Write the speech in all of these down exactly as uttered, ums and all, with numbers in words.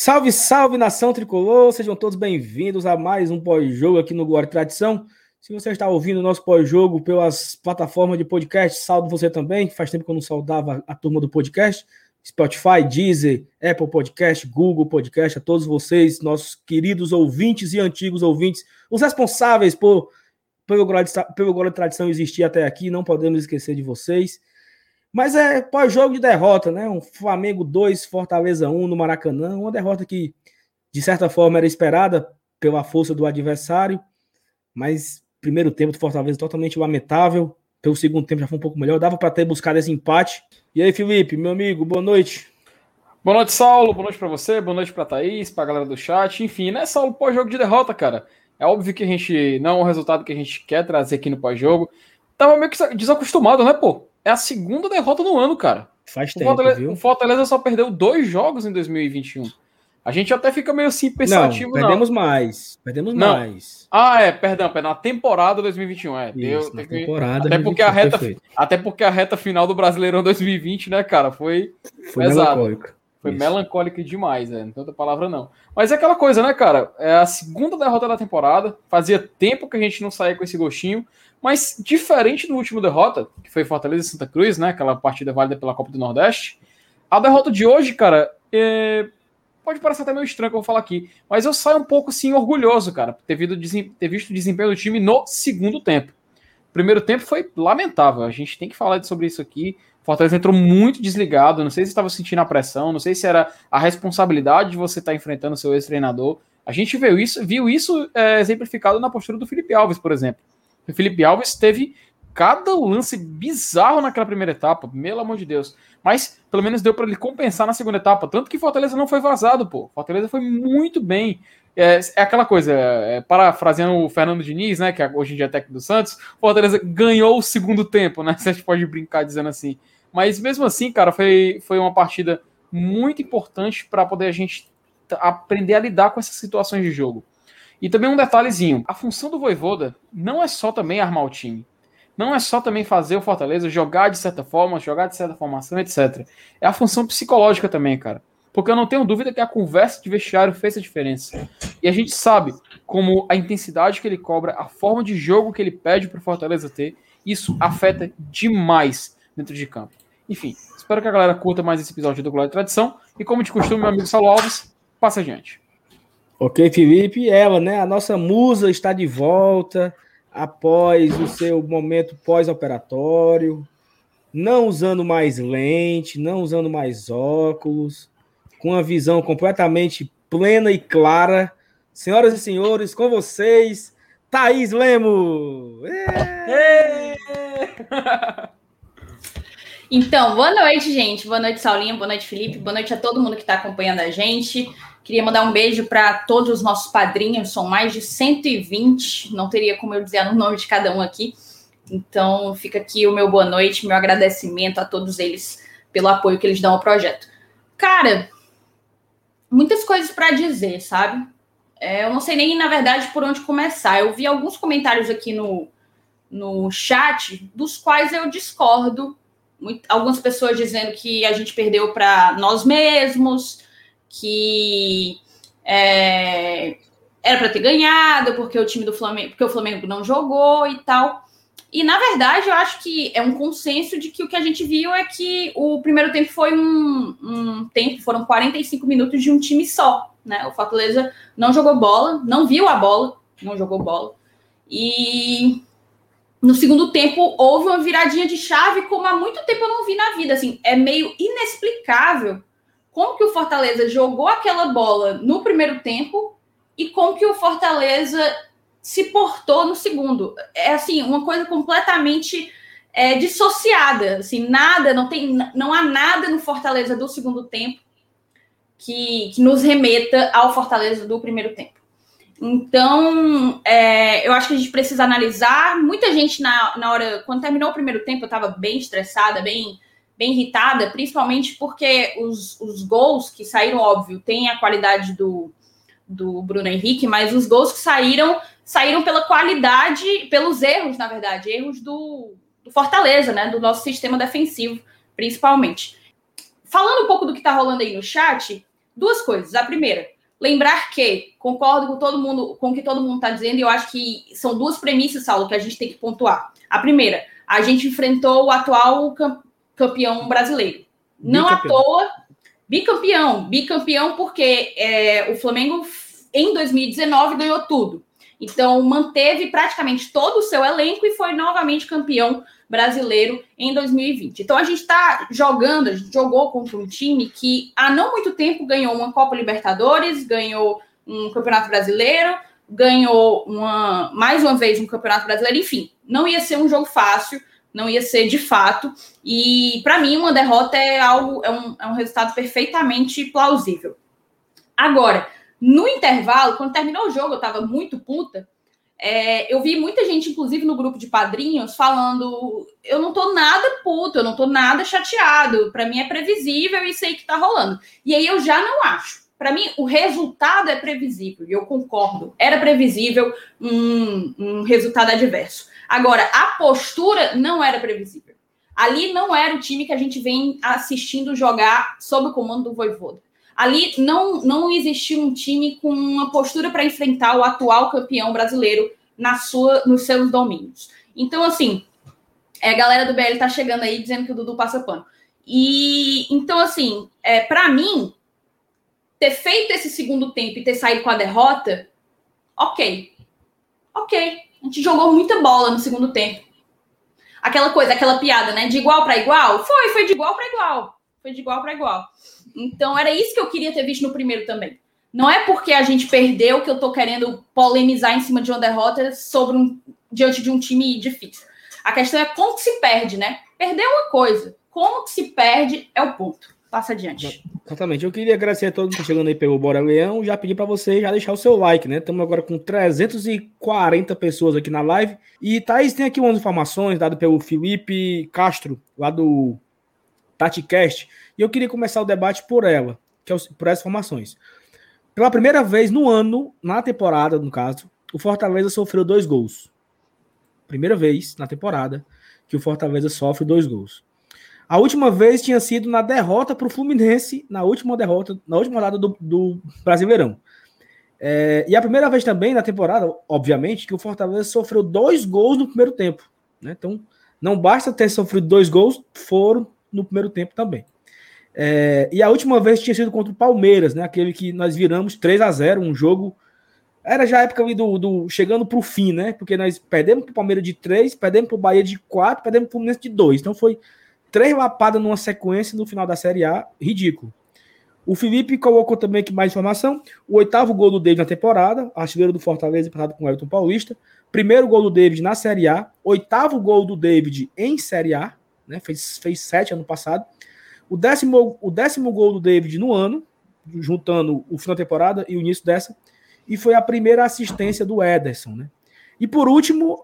Salve, salve, nação tricolor! Sejam todos bem-vindos a mais um pós-jogo aqui no Glória e Tradição. Se você está ouvindo o nosso pós-jogo pelas plataformas de podcast, salve você também, que faz tempo que eu não saudava a turma do podcast. Spotify, Deezer, Apple Podcast, Google Podcast, a todos vocês, nossos queridos ouvintes e antigos ouvintes, os responsáveis por, pelo Glória e Tradição existir até aqui, não podemos esquecer de vocês. Mas é pós-jogo de derrota, né? Um Flamengo dois, Fortaleza um no Maracanã. Uma derrota que, de certa forma, era esperada pela força do adversário. Mas primeiro tempo do Fortaleza totalmente lamentável. Pelo segundo tempo já foi um pouco melhor. Dava para ter buscado esse empate. E aí, Felipe, meu amigo, boa noite. Boa noite, Saulo. Boa noite para você. Boa noite para Thaís, para a galera do chat. Enfim, né, Saulo? Pós-jogo de derrota, cara. É óbvio que a gente não é o resultado que a gente quer trazer aqui no pós-jogo. Tava meio que desacostumado, né, pô? É a segunda derrota no ano, cara. Faz o tempo, Fortaleza, viu? O Fortaleza só perdeu dois jogos em dois mil e vinte e um. A gente até fica meio assim pensativo, não. Perdemos não. mais. Perdemos não. mais. Ah, é, perdão, é na temporada dois mil e vinte e um. É, Isso, deu, na teve... temporada até porque, a reta, até porque a reta final do Brasileirão dois mil e vinte, né, cara, foi, foi melancólica. Foi Isso. melancólica demais, é, não tem outra palavra não. Mas é aquela coisa, né, cara, é a segunda derrota da temporada, fazia tempo que a gente não saía com esse gostinho, mas diferente do último derrota, que foi Fortaleza e Santa Cruz, né, aquela partida válida pela Copa do Nordeste, a derrota de hoje, cara, é... pode parecer até meio estranho que eu vou falar aqui, mas eu saio um pouco, sim, orgulhoso, cara, por ter, ter visto o desempenho do time no segundo tempo. O primeiro tempo foi lamentável, a gente tem que falar sobre isso aqui. Fortaleza entrou muito desligado, não sei se estava sentindo a pressão, não sei se era a responsabilidade de você estar enfrentando o seu ex-treinador. A gente viu isso, viu isso é, exemplificado na postura do Felipe Alves, por exemplo. O Felipe Alves teve cada lance bizarro naquela primeira etapa, pelo amor de Deus. Mas pelo menos deu para ele compensar na segunda etapa, tanto que Fortaleza não foi vazado, pô. Fortaleza foi muito bem. É, é aquela coisa, é, parafraseando o Fernando Diniz, né, que hoje em dia é técnico do Santos, Fortaleza ganhou o segundo tempo, né, se a gente pode brincar dizendo assim. Mas mesmo assim, cara, foi, foi uma partida muito importante para poder a gente aprender a lidar com essas situações de jogo. E também um detalhezinho, a função do Vojvoda não é só também armar o time. Não é só também fazer o Fortaleza jogar de certa forma, jogar de certa formação, etcétera. É a função psicológica também, cara. Porque eu não tenho dúvida que a conversa de vestiário fez a diferença. E a gente sabe como a intensidade que ele cobra, a forma de jogo que ele pede para o Fortaleza ter, isso afeta demais dentro de campo. Enfim, espero que a galera curta mais esse episódio do Glória e Tradição. E como de costume, meu amigo Saulo Alves, passa adiante. Ok, Felipe, ela, né? A nossa musa está de volta após o seu momento pós-operatório, não usando mais lente, não usando mais óculos, com uma visão completamente plena e clara. Senhoras e senhores, com vocês, Thaís Lemos! Então, boa noite, gente. Boa noite, Saulinho. Boa noite, Felipe. Boa noite a todo mundo que está acompanhando a gente. Queria mandar um beijo para todos os nossos padrinhos. São mais de cento e vinte. Não teria como eu dizer o nome de cada um aqui. Então, fica aqui o meu boa noite, meu agradecimento a todos eles pelo apoio que eles dão ao projeto. Cara, muitas coisas para dizer, sabe? É, eu não sei nem, na verdade, por onde começar. Eu vi alguns comentários aqui no, no chat, dos quais eu discordo. Muito, algumas pessoas dizendo que a gente perdeu para nós mesmos, que é, era para ter ganhado, porque o time do Flamengo, porque o Flamengo não jogou e tal. E, na verdade, eu acho que é um consenso de que o que a gente viu é que o primeiro tempo foi um, um tempo, foram quarenta e cinco minutos de um time só, né? O Fortaleza não jogou bola, não viu a bola, não jogou bola. E no segundo tempo houve uma viradinha de chave como há muito tempo eu não vi na vida. Assim, é meio inexplicável como que o Fortaleza jogou aquela bola no primeiro tempo e como que o Fortaleza se portou no segundo. É assim, uma coisa completamente é, dissociada. Assim, nada, não tem, não há nada no Fortaleza do segundo tempo que, que nos remeta ao Fortaleza do primeiro tempo. Então, é, eu acho que a gente precisa analisar. Muita gente, na, na hora, quando terminou o primeiro tempo, eu estava bem estressada, bem, bem irritada, principalmente porque os, os gols que saíram, óbvio, tem a qualidade do, do Bruno Henrique, mas os gols que saíram, saíram pela qualidade, pelos erros, na verdade, erros do, do Fortaleza, né, do nosso sistema defensivo, principalmente. Falando um pouco do que está rolando aí no chat, duas coisas. A primeira, lembrar que, concordo com todo mundo, com o que todo mundo está dizendo, e eu acho que são duas premissas, Saulo, que a gente tem que pontuar. A primeira, a gente enfrentou o atual campeão brasileiro. Não à toa, bicampeão. Bicampeão porque é, o Flamengo, em dois mil e dezenove, ganhou tudo. Então, manteve praticamente todo o seu elenco e foi novamente campeão brasileiro em dois mil e vinte. Então, a gente está jogando, a gente jogou contra um time que há não muito tempo ganhou uma Copa Libertadores, ganhou um Campeonato Brasileiro, ganhou uma, mais uma vez um Campeonato Brasileiro, enfim, não ia ser um jogo fácil, não ia ser de fato, e para mim uma derrota é, algo, é, um, é um resultado perfeitamente plausível. Agora, no intervalo, quando terminou o jogo, eu tava muito puta, é, eu vi muita gente, inclusive no grupo de padrinhos, falando, eu não tô nada puto, eu não tô nada chateado, para mim é previsível e sei que tá rolando. E aí eu já não acho. Para mim, o resultado é previsível, e eu concordo. Era previsível um, um resultado adverso. Agora, a postura não era previsível. Ali não era o time que a gente vem assistindo jogar sob o comando do Vojvoda. Ali não, não existia um time com uma postura para enfrentar o atual campeão brasileiro na sua, nos seus domínios. Então, assim, a galera do B L tá chegando aí dizendo que o Dudu passa pano. E, então, assim, é, para mim, ter feito esse segundo tempo e ter saído com a derrota, ok. Ok. A gente jogou muita bola no segundo tempo. Aquela coisa, aquela piada, né? De igual para igual? Foi, foi de igual para igual. Foi de igual para igual. Então, era isso que eu queria ter visto no primeiro também. Não é porque a gente perdeu que eu tô querendo polemizar em cima de uma derrota sobre um, diante de um time difícil. A questão é como que se perde, né? Perder é uma coisa. Como que se perde é o ponto. Passa adiante. Exatamente. Eu queria agradecer a todo mundo que está chegando aí pelo Bora Leão. Já pedi para você já deixar o seu like, né? Estamos agora com trezentas e quarenta pessoas aqui na live. E, Thaís, tem aqui umas informações dadas pelo Felipe Castro, lá do TatiCast. E eu queria começar o debate por ela, que é por essas informações. Pela primeira vez no ano, na temporada, no caso, o Fortaleza sofreu dois gols. Primeira vez na temporada que o Fortaleza sofre dois gols. A última vez tinha sido na derrota para o Fluminense, na última derrota, na última rodada do, do Brasileirão. É, e a primeira vez também na temporada, obviamente, que o Fortaleza sofreu dois gols no primeiro tempo. Né? Então, não basta ter sofrido dois gols, foram no primeiro tempo também. É, e a última vez tinha sido contra o Palmeiras, né? Aquele que nós viramos três a zero, um jogo... Era já a época do, do chegando para o fim, né? Porque nós perdemos para o Palmeiras de três, perdemos para o Bahia de quatro, perdemos para o Fluminense de dois. Então foi três lapadas numa sequência no final da Série A, ridículo. O Felipe colocou também aqui mais informação. O oitavo gol do David na temporada, artilheiro do Fortaleza, empatado com o Everton Paulista. Primeiro gol do David na Série A. Oitavo gol do David em Série A, né? Fez, fez sete ano passado. O décimo, o décimo gol do David no ano, juntando o final da temporada e o início dessa. E foi a primeira assistência do Ederson, né? E por último,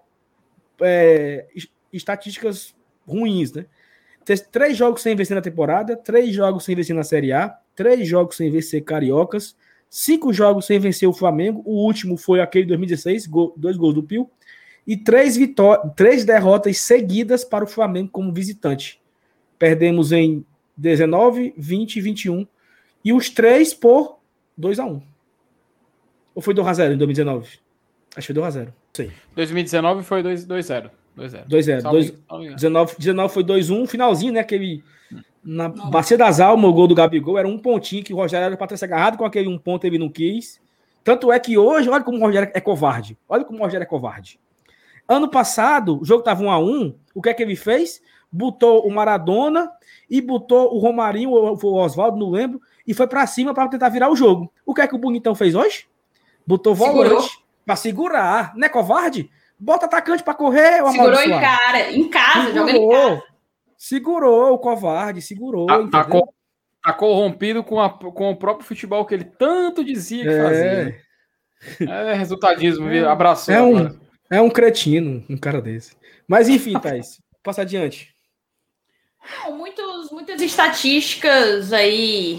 é, estatísticas ruins, né? Três jogos sem vencer na temporada, três jogos sem vencer na Série A, três jogos sem vencer Cariocas, cinco jogos sem vencer o Flamengo, o último foi aquele de dois mil e dezesseis, gol, dois gols do Pio, e três, vitó- três derrotas seguidas para o Flamengo como visitante. Perdemos em dezenove, vinte e vinte e um, e os três por dois a um. Ou foi dois a zero em dois mil e dezenove? Acho que foi dois a zero. Sei. dois mil e dezenove foi dois a zero. dois a zero. dois a zero. dezenove, dezenove foi dois a um, finalzinho, né? Aquele. Na Não. Bacia das Almas, o gol do Gabigol era um pontinho que o Rogério era para ter se agarrado com aquele um ponto, ele não quis. Tanto é que hoje, olha como o Rogério é covarde. Olha como o Rogério é covarde. Ano passado, o jogo estava um a um, o que é que ele fez? Botou o Maradona e botou o Romarinho, ou o Oswaldo, não lembro, e foi para cima para tentar virar o jogo. O que é que o Bonitão fez hoje? Botou volante para segurar. Não é covarde? Bota atacante para correr. Segurou em cara, em casa, segurou, jogando em casa. Segurou o covarde, segurou. Tá, tá, co- tá corrompido com, a, com o próprio futebol que ele tanto dizia que é. fazia. É resultadismo, é, abraçou. É um, é um cretino, um cara desse. Mas enfim, Thaís, passa adiante. Não, muitos, muitas estatísticas aí.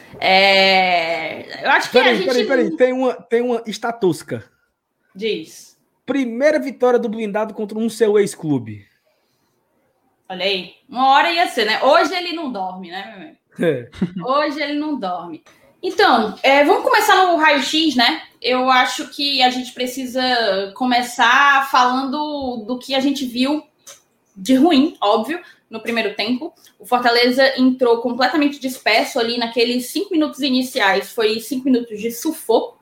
É... Eu acho que peraí, a gente... Peraí, peraí, tem uma, tem uma estatusca. Diz. Primeira vitória do blindado contra um seu ex-clube. Olha aí, uma hora ia ser, né? Hoje ele não dorme, né, meu amigo? É. Hoje ele não dorme. Então, é, vamos começar no raio-x, né? Eu acho que a gente precisa começar falando do que a gente viu de ruim, óbvio, no primeiro tempo. O Fortaleza entrou completamente disperso ali naqueles cinco minutos iniciais. Foi cinco minutos de sufoco,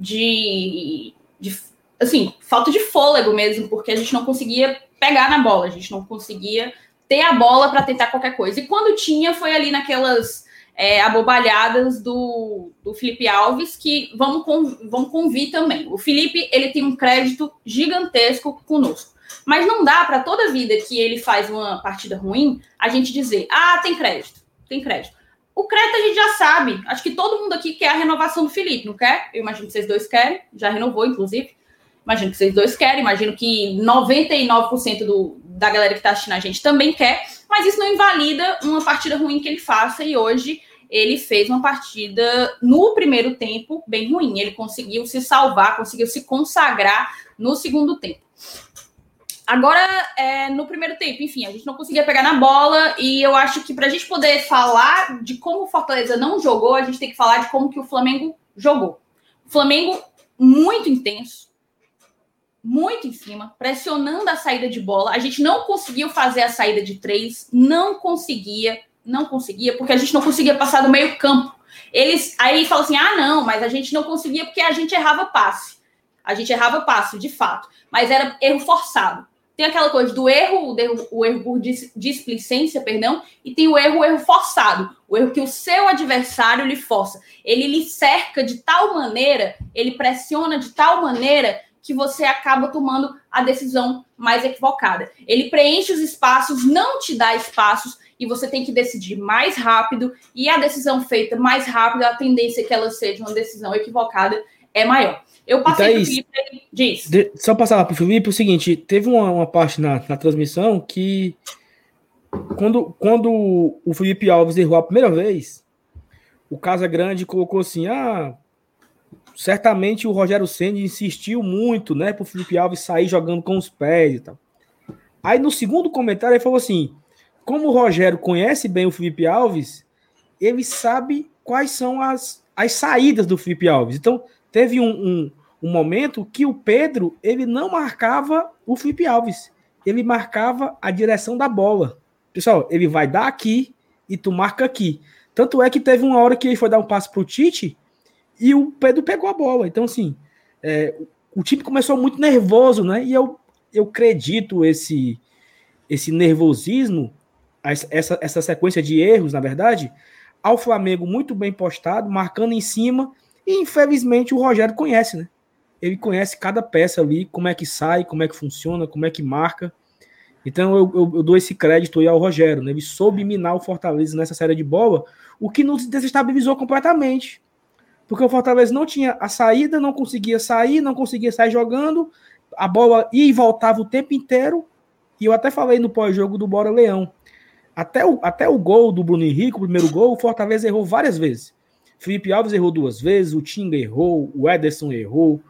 de, de assim, falta de fôlego mesmo, porque a gente não conseguia pegar na bola, a gente não conseguia ter a bola para tentar qualquer coisa. E quando tinha, foi ali naquelas é, abobalhadas do, do Felipe Alves, que vamos, vamos convir também. O Felipe, ele tem um crédito gigantesco conosco. Mas não dá para toda vida que ele faz uma partida ruim, a gente dizer, ah, tem crédito, tem crédito. O crédito a gente já sabe. Acho que todo mundo aqui quer a renovação do Felipe, não quer? Eu imagino que vocês dois querem, já renovou, inclusive. Imagino que vocês dois querem, imagino que noventa e nove por cento do, da galera que está assistindo a gente também quer, mas isso não invalida uma partida ruim que ele faça, e hoje ele fez uma partida no primeiro tempo bem ruim. Ele conseguiu se salvar, conseguiu se consagrar no segundo tempo. Agora, é, no primeiro tempo, enfim, a gente não conseguia pegar na bola, e eu acho que para a gente poder falar de como o Fortaleza não jogou, a gente tem que falar de como que o Flamengo jogou. O Flamengo muito intenso, muito em cima, pressionando a saída de bola. A gente não conseguiu fazer a saída de três, não conseguia, não conseguia, porque a gente não conseguia passar do meio campo. Eles aí falam assim, ah, não, mas a gente não conseguia porque a gente errava passe. A gente errava passe, de fato, mas era erro forçado. Tem aquela coisa do erro, o erro, o erro por dis, displicência, perdão, e tem o erro, o erro forçado, o erro que o seu adversário lhe força. Ele lhe cerca de tal maneira, ele pressiona de tal maneira que você acaba tomando a decisão mais equivocada. Ele preenche os espaços, não te dá espaços, e você tem que decidir mais rápido, e a decisão feita mais rápido, a tendência que ela seja uma decisão equivocada é maior. Eu passei para o Felipe, ele diz. De, só passar lá para o Felipe, o seguinte, teve uma, uma parte na, na transmissão que quando, quando o Felipe Alves errou a primeira vez, o Casagrande colocou assim, ah, certamente o Rogério Ceni insistiu muito, né, para o Felipe Alves sair jogando com os pés e tal. Aí no segundo comentário ele falou assim, como o Rogério conhece bem o Felipe Alves, ele sabe quais são as, as saídas do Felipe Alves. Então, teve um, um, um momento que o Pedro, ele não marcava o Felipe Alves, ele marcava a direção da bola. Pessoal, ele vai dar aqui e tu marca aqui. Tanto é que teve uma hora que ele foi dar um passe pro Tite e o Pedro pegou a bola. Então, assim, é, o time começou muito nervoso, né? E eu, eu acredito esse, esse nervosismo, essa, essa sequência de erros, na verdade, ao Flamengo muito bem postado, marcando em cima. E, infelizmente, o Rogério conhece, né? Ele conhece cada peça ali, como é que sai, como é que funciona, como é que marca. Então, eu, eu, eu dou esse crédito aí ao Rogério, né? Ele soube minar o Fortaleza nessa série de bola, o que nos desestabilizou completamente. Porque o Fortaleza não tinha a saída, não conseguia sair, não conseguia sair jogando, a bola ia e voltava o tempo inteiro. E eu até falei no pós-jogo do Bora Leão. Até o, até o gol do Bruno Henrique, o primeiro gol, o Fortaleza errou várias vezes. Felipe Alves errou duas vezes, o Tinga errou, o Ederson errou,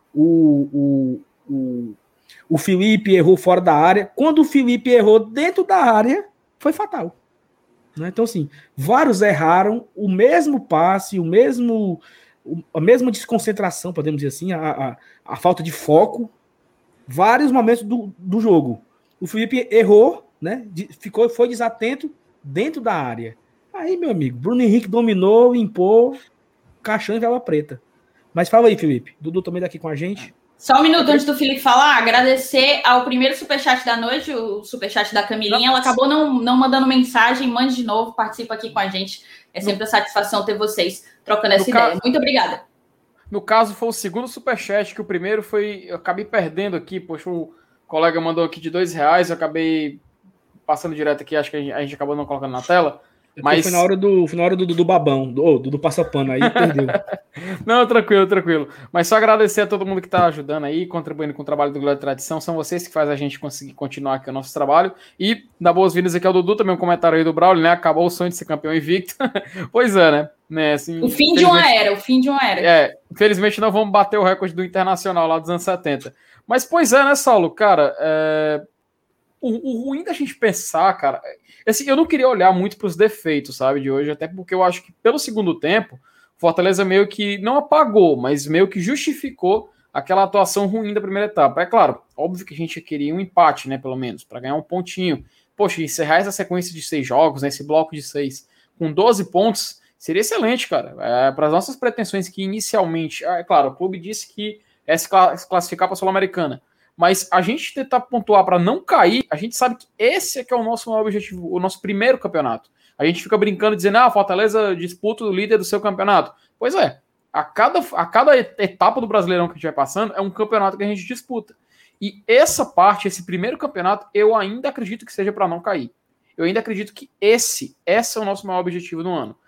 o, o, o, o Felipe errou fora da área. Quando o Felipe errou dentro da área, foi fatal. Né? Então, assim, vários erraram o mesmo passe, o mesmo, a mesma desconcentração, podemos dizer assim, a, a, a falta de foco, vários momentos do, do jogo. O Felipe errou, né? Ficou, foi desatento dentro da área. Aí, meu amigo, Bruno Henrique dominou, limpou, caixão e vela preta. Mas fala aí, Felipe. Dudu também tá aqui com a gente. Só um minuto antes do Felipe falar, agradecer ao primeiro superchat da noite, o superchat da Camilinha. Ela acabou não, não mandando mensagem, mande de novo, participa aqui com a gente. É sempre a satisfação ter vocês trocando essa ideia. Caso, muito obrigada. No caso, foi o segundo superchat, que o primeiro foi... Eu acabei perdendo aqui, poxa, o colega mandou aqui de dois reais, eu acabei passando direto aqui, acho que a gente, a gente acabou não colocando na tela. Mas foi na hora do, foi na hora do, do babão, do, do, do passapano, aí perdeu. Não, tranquilo, tranquilo. Mas só agradecer a todo mundo que está ajudando aí, contribuindo com o trabalho do Glória e Tradição. São vocês que fazem a gente conseguir continuar aqui o nosso trabalho. E dar boas-vindas aqui ao Dudu, também um comentário aí do Braulio, né? Acabou o sonho de ser campeão invicto. Pois é, né? né assim, o fim de uma era, o fim de uma era. É, infelizmente não vamos bater o recorde do Internacional lá dos anos setenta. Mas, pois é, né, Saulo? Cara, é... o, o ruim da gente pensar, cara... Assim, eu não queria olhar muito para os defeitos, sabe, de hoje, até porque eu acho que pelo segundo tempo, Fortaleza meio que não apagou, mas meio que justificou aquela atuação ruim da primeira etapa. É claro, óbvio que a gente queria um empate, né, pelo menos, para ganhar um pontinho. Poxa, encerrar essa sequência de seis jogos, né, esse bloco de seis, com doze pontos, seria excelente, cara. É, para as nossas pretensões que inicialmente... É claro, o clube disse que é se classificar para a Sul-Americana, mas a gente tentar pontuar para não cair, a gente sabe que esse é que é o nosso maior objetivo, o nosso primeiro campeonato. A gente fica brincando dizendo, ah, Fortaleza disputa o líder do seu campeonato. Pois é, a cada, a cada etapa do Brasileirão que a gente vai passando é um campeonato que a gente disputa. E essa parte, esse primeiro campeonato, eu ainda acredito que seja para não cair. Eu ainda acredito que esse, esse é o nosso maior objetivo no ano.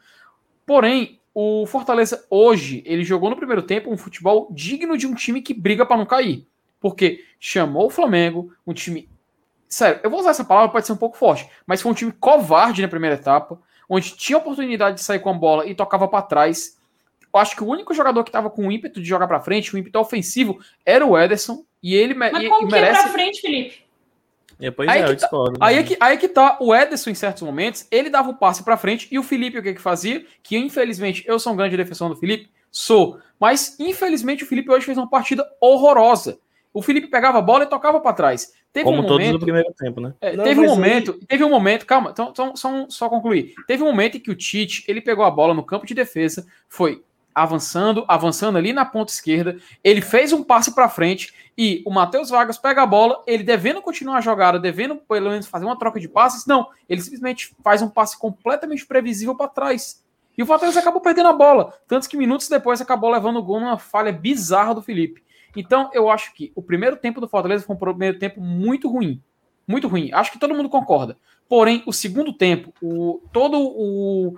Porém, o Fortaleza hoje, ele jogou no primeiro tempo um futebol digno de um time que briga para não cair. Porque chamou o Flamengo, um time... Sério, eu vou usar essa palavra, pode ser um pouco forte, mas foi um time covarde na primeira etapa, onde tinha oportunidade de sair com a bola e tocava para trás. Eu acho que o único jogador que estava com o ímpeto de jogar para frente, o ímpeto ofensivo, era o Ederson, e ele mas e, como e que merece... é pra frente, Felipe? É, pois aí é, que eu discordo. Tá, aí, é que, aí é que tá, o Ederson, em certos momentos, ele dava o passe para frente, e o Felipe, o que que fazia? Que, infelizmente, eu sou um grande defensor do Felipe, sou, mas, infelizmente, o Felipe hoje fez uma partida horrorosa. O Felipe pegava a bola e tocava para trás. Teve Como um todos momento, no primeiro tempo, né? É, Não, teve um mas momento, aí- teve um momento, calma, então, então só, só concluir. Teve um momento em que o Tite, ele pegou a bola no campo de defesa, foi avançando, avançando ali na ponta esquerda, ele fez um passe para frente e o Matheus Vargas pega a bola, ele devendo continuar a jogada, devendo pelo menos fazer uma troca de passes, não, ele simplesmente faz um passe completamente previsível para trás. E o Fortaleza acabou perdendo a bola, tanto que minutos depois acabou levando o gol numa falha bizarra do Felipe. Então, eu acho que o primeiro tempo do Fortaleza foi um primeiro tempo muito ruim. Muito ruim. Acho que todo mundo concorda. Porém, o segundo tempo, o, todo o...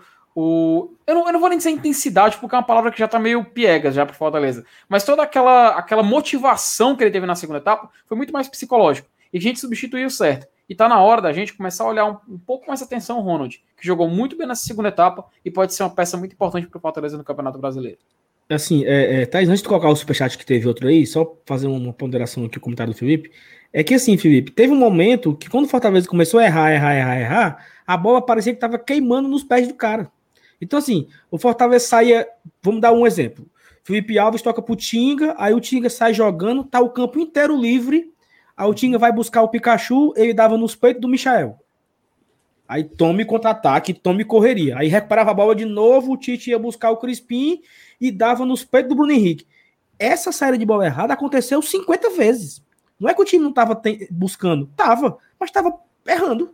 o eu, não, eu não vou nem dizer intensidade, porque é uma palavra que já tá meio piegas já pro Fortaleza. Mas toda aquela, aquela motivação que ele teve na segunda etapa foi muito mais psicológico. E a gente substituiu certo. E tá na hora da gente começar a olhar um, um pouco mais atenção ao Ronald, que jogou muito bem nessa segunda etapa e pode ser uma peça muito importante pro Fortaleza no Campeonato Brasileiro. Assim, é, é, Thais, antes de colocar o superchat que teve outro aí, só fazer uma ponderação aqui, o comentário do Felipe, é que assim, Felipe, teve um momento que quando o Fortaleza começou a errar, errar, errar, errar, a bola parecia que estava queimando nos pés do cara. Então assim, o Fortaleza saía, vamos dar um exemplo, Felipe Alves toca pro Tinga, aí o Tinga sai jogando, tá o campo inteiro livre, aí o Tinga vai buscar o Pikachu, ele dava nos peitos do Michael. Aí tome contra-ataque, tome correria. Aí recuperava a bola de novo, o Tite ia buscar o Crispim e dava nos peitos do Bruno Henrique. Essa saída de bola errada aconteceu cinquenta vezes. Não é que o time não estava buscando, tava, mas estava errando.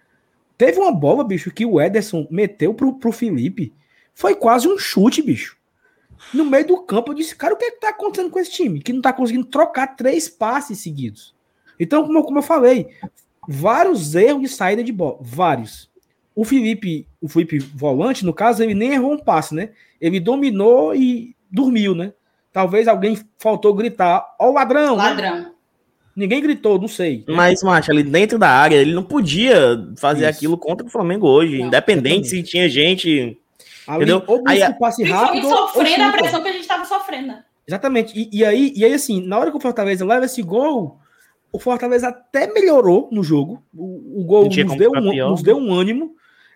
Teve uma bola, bicho, que o Ederson meteu pro, pro Felipe. Foi quase um chute, bicho. No meio do campo, eu disse, cara, o que é que tá acontecendo com esse time? Que não tá conseguindo trocar três passes seguidos. Então, como, como eu falei, vários erros de saída de bola. Vários. O Felipe, o Felipe volante, no caso, ele nem errou um passe, né? Ele dominou e dormiu, né? Talvez alguém faltou gritar, ó o ladrão! Ladrão. Né? Ninguém gritou, não sei. Mas, macho, ali dentro da área, ele não podia fazer Isso. aquilo contra o Flamengo hoje, Não, independente exatamente. se tinha gente... Ali, Entendeu? ou busca Aí, o passe Principalmente rápido, ou sofrendo a chuta. pressão que a gente tava sofrendo. Exatamente. E, e, aí, e aí, assim, na hora que o Fortaleza leva esse gol, o Fortaleza até melhorou no jogo. O, o gol Não tinha nos como deu, ficar um, pior. nos deu um ânimo.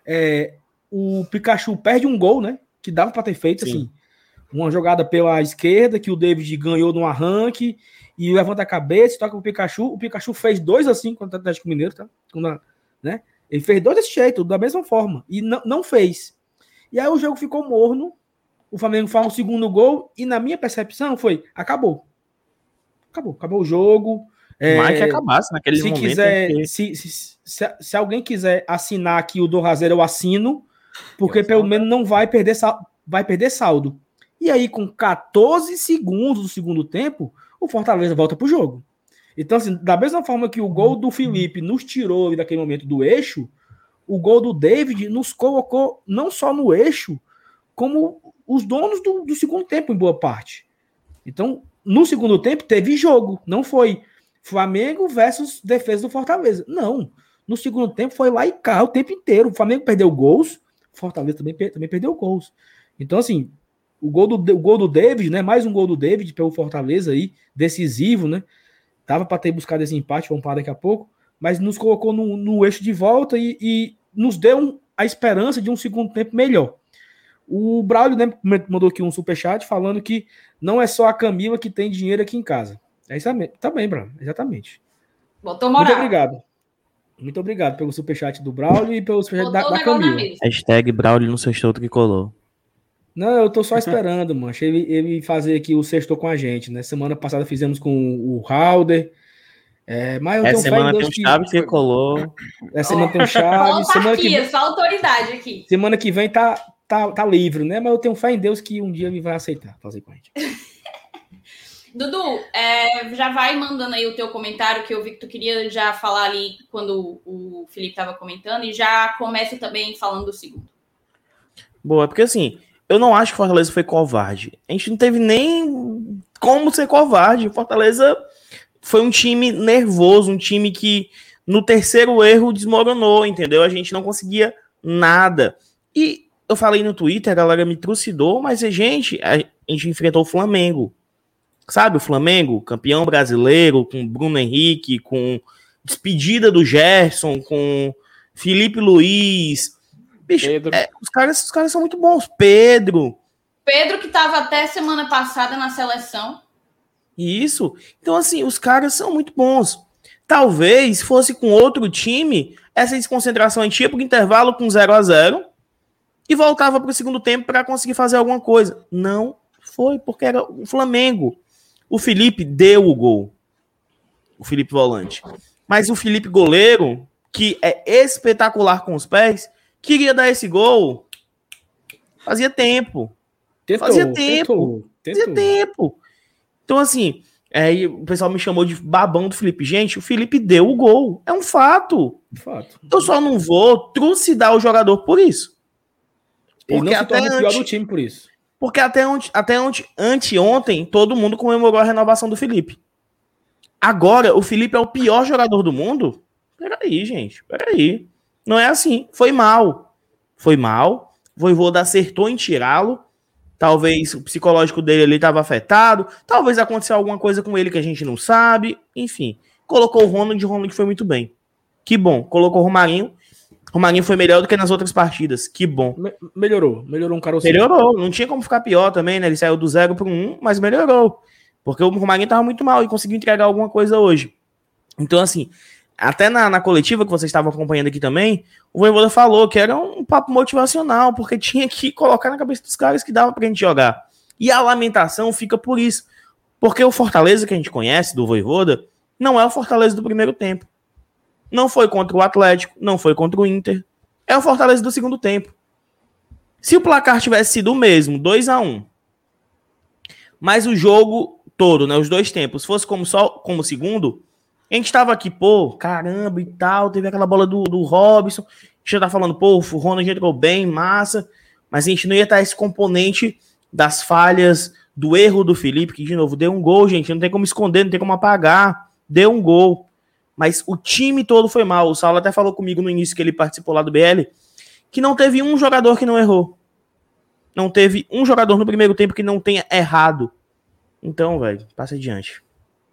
É, o Pikachu perde um gol, né? Que dava para ter feito, Sim. assim. Uma jogada pela esquerda, que o David ganhou no arranque, e levanta a cabeça, toca o Pikachu. O Pikachu fez dois assim contra o Atlético Mineiro, tá? Quando, né? Ele fez dois desse jeito, da mesma forma. E não, não fez. E aí o jogo ficou morno. O Flamengo faz um segundo gol, e na minha percepção foi, acabou. Acabou, acabou o jogo. É, mais que acabasse naquele se momento. quiser, porque- se, se, se, se alguém quiser assinar aqui o Dorrazeiro, eu assino, porque Eu pelo saldo. menos não vai perder, sal- vai perder saldo. E aí, com quatorze segundos do segundo tempo, o Fortaleza volta pro jogo. Então, assim, da mesma forma que o gol do Felipe nos tirou ali daquele momento do eixo, o gol do David nos colocou não só no eixo, como os donos do, do segundo tempo, em boa parte. Então, no segundo tempo, teve jogo. Não foi Flamengo versus defesa do Fortaleza. Não. No segundo tempo, foi lá e cá o tempo inteiro. O Flamengo perdeu gols, o Fortaleza também, também perdeu gols. Então, assim, o gol do, o gol do David, né? Mais um gol do David pelo Fortaleza aí, decisivo, né? Tava para ter buscado esse empate, vamos parar daqui a pouco, mas nos colocou no, no eixo de volta e, e nos deu um, a esperança de um segundo tempo melhor. O Braulio, né, mandou aqui um superchat falando que não é só a Camila que tem dinheiro aqui em casa. É isso mesmo. Tá bem, Braulio. Exatamente. Botou moral. Muito obrigado. Muito obrigado pelo superchat do Braulio e pelo superchat da, da Camila. Hashtag Braulio no sextou tricolor. Não, eu tô só esperando, mano. Ele, ele fazer aqui o sexto com a gente, né? Semana passada fizemos com o Halder. É, mas eu Essa tenho semana fé em tem um que... Chaves tricolor. Essa semana tem um Chaves. Só semana que vem... só autoridade aqui. Semana que vem tá, tá, tá livre, né? Mas eu tenho fé em Deus que um dia ele vai aceitar fazer com a gente. Dudu, é, já vai mandando aí o teu comentário, que eu vi que tu queria já falar ali quando o Felipe estava comentando, e já começa também falando do segundo. Boa, porque assim, eu não acho que o Fortaleza foi covarde. A gente não teve nem como ser covarde. O Fortaleza foi um time nervoso, um time que no terceiro erro desmoronou, entendeu? A gente não conseguia nada. E eu falei no Twitter, a galera me trucidou, mas, gente, a gente enfrentou o Flamengo. Sabe, o Flamengo, campeão brasileiro, com Bruno Henrique, com despedida do Gerson, com Felipe Luiz. Bicho, é, os, caras, os caras são muito bons. Pedro. Pedro, que estava até semana passada na seleção. Isso. Então, assim, os caras são muito bons. Talvez fosse com outro time, essa desconcentração a gente ia para o intervalo com zero a zero e voltava para o segundo tempo para conseguir fazer alguma coisa. Não foi, porque era o Flamengo. O Felipe deu o gol. O Felipe volante. Mas o Felipe goleiro, que é espetacular com os pés, queria dar esse gol. Fazia tempo. Tentou, Fazia tempo. Tentou, tentou. Fazia tempo. Então, assim, é, o pessoal me chamou de babão do Felipe. Gente, o Felipe deu o gol. É um fato. fato. Eu só não vou trucidar o jogador por isso. Ele não se torna o pior do time por isso. Porque até, onde, até onde, anteontem, todo mundo comemorou a renovação do Felipe. Agora, o Felipe é o pior jogador do mundo? Peraí, gente, peraí. Não é assim. Foi mal. Foi mal. O Vojvoda acertou em tirá-lo. Talvez o psicológico dele ali estava afetado. Talvez aconteceu alguma coisa com ele que a gente não sabe. Enfim. Colocou o Ronald e o Ronald foi muito bem. Que bom. Colocou o Romarinho. O Romarinho foi melhor do que nas outras partidas. Que bom. Me- melhorou. Melhorou um caroço. Melhorou. Não tinha como ficar pior também, né? Ele saiu do zero para um, mas melhorou. Porque o Romarinho estava muito mal e conseguiu entregar alguma coisa hoje. Então, assim, até na, na coletiva que vocês estavam acompanhando aqui também, o Vojvoda falou que era um papo motivacional, porque tinha que colocar na cabeça dos caras que dava pra gente jogar. E a lamentação fica por isso. Porque o Fortaleza que a gente conhece, do Vojvoda, não é o Fortaleza do primeiro tempo. Não foi contra o Atlético, não foi contra o Inter. É o Fortaleza do segundo tempo. Se o placar tivesse sido o mesmo, dois a um, mas o jogo todo, né, os dois tempos, fosse como só como o segundo, a gente tava aqui, pô, caramba e tal, teve aquela bola do, do Robson, a gente já tá falando, pô, o Ronald entrou bem, massa, mas a gente não ia estar esse componente das falhas, do erro do Felipe, que de novo deu um gol, gente, não tem como esconder, não tem como apagar, deu um gol. Mas o time todo foi mal. O Saulo até falou comigo no início que ele participou lá do B L, que não teve um jogador que não errou. Não teve um jogador no primeiro tempo que não tenha errado. Então, velho, passa adiante.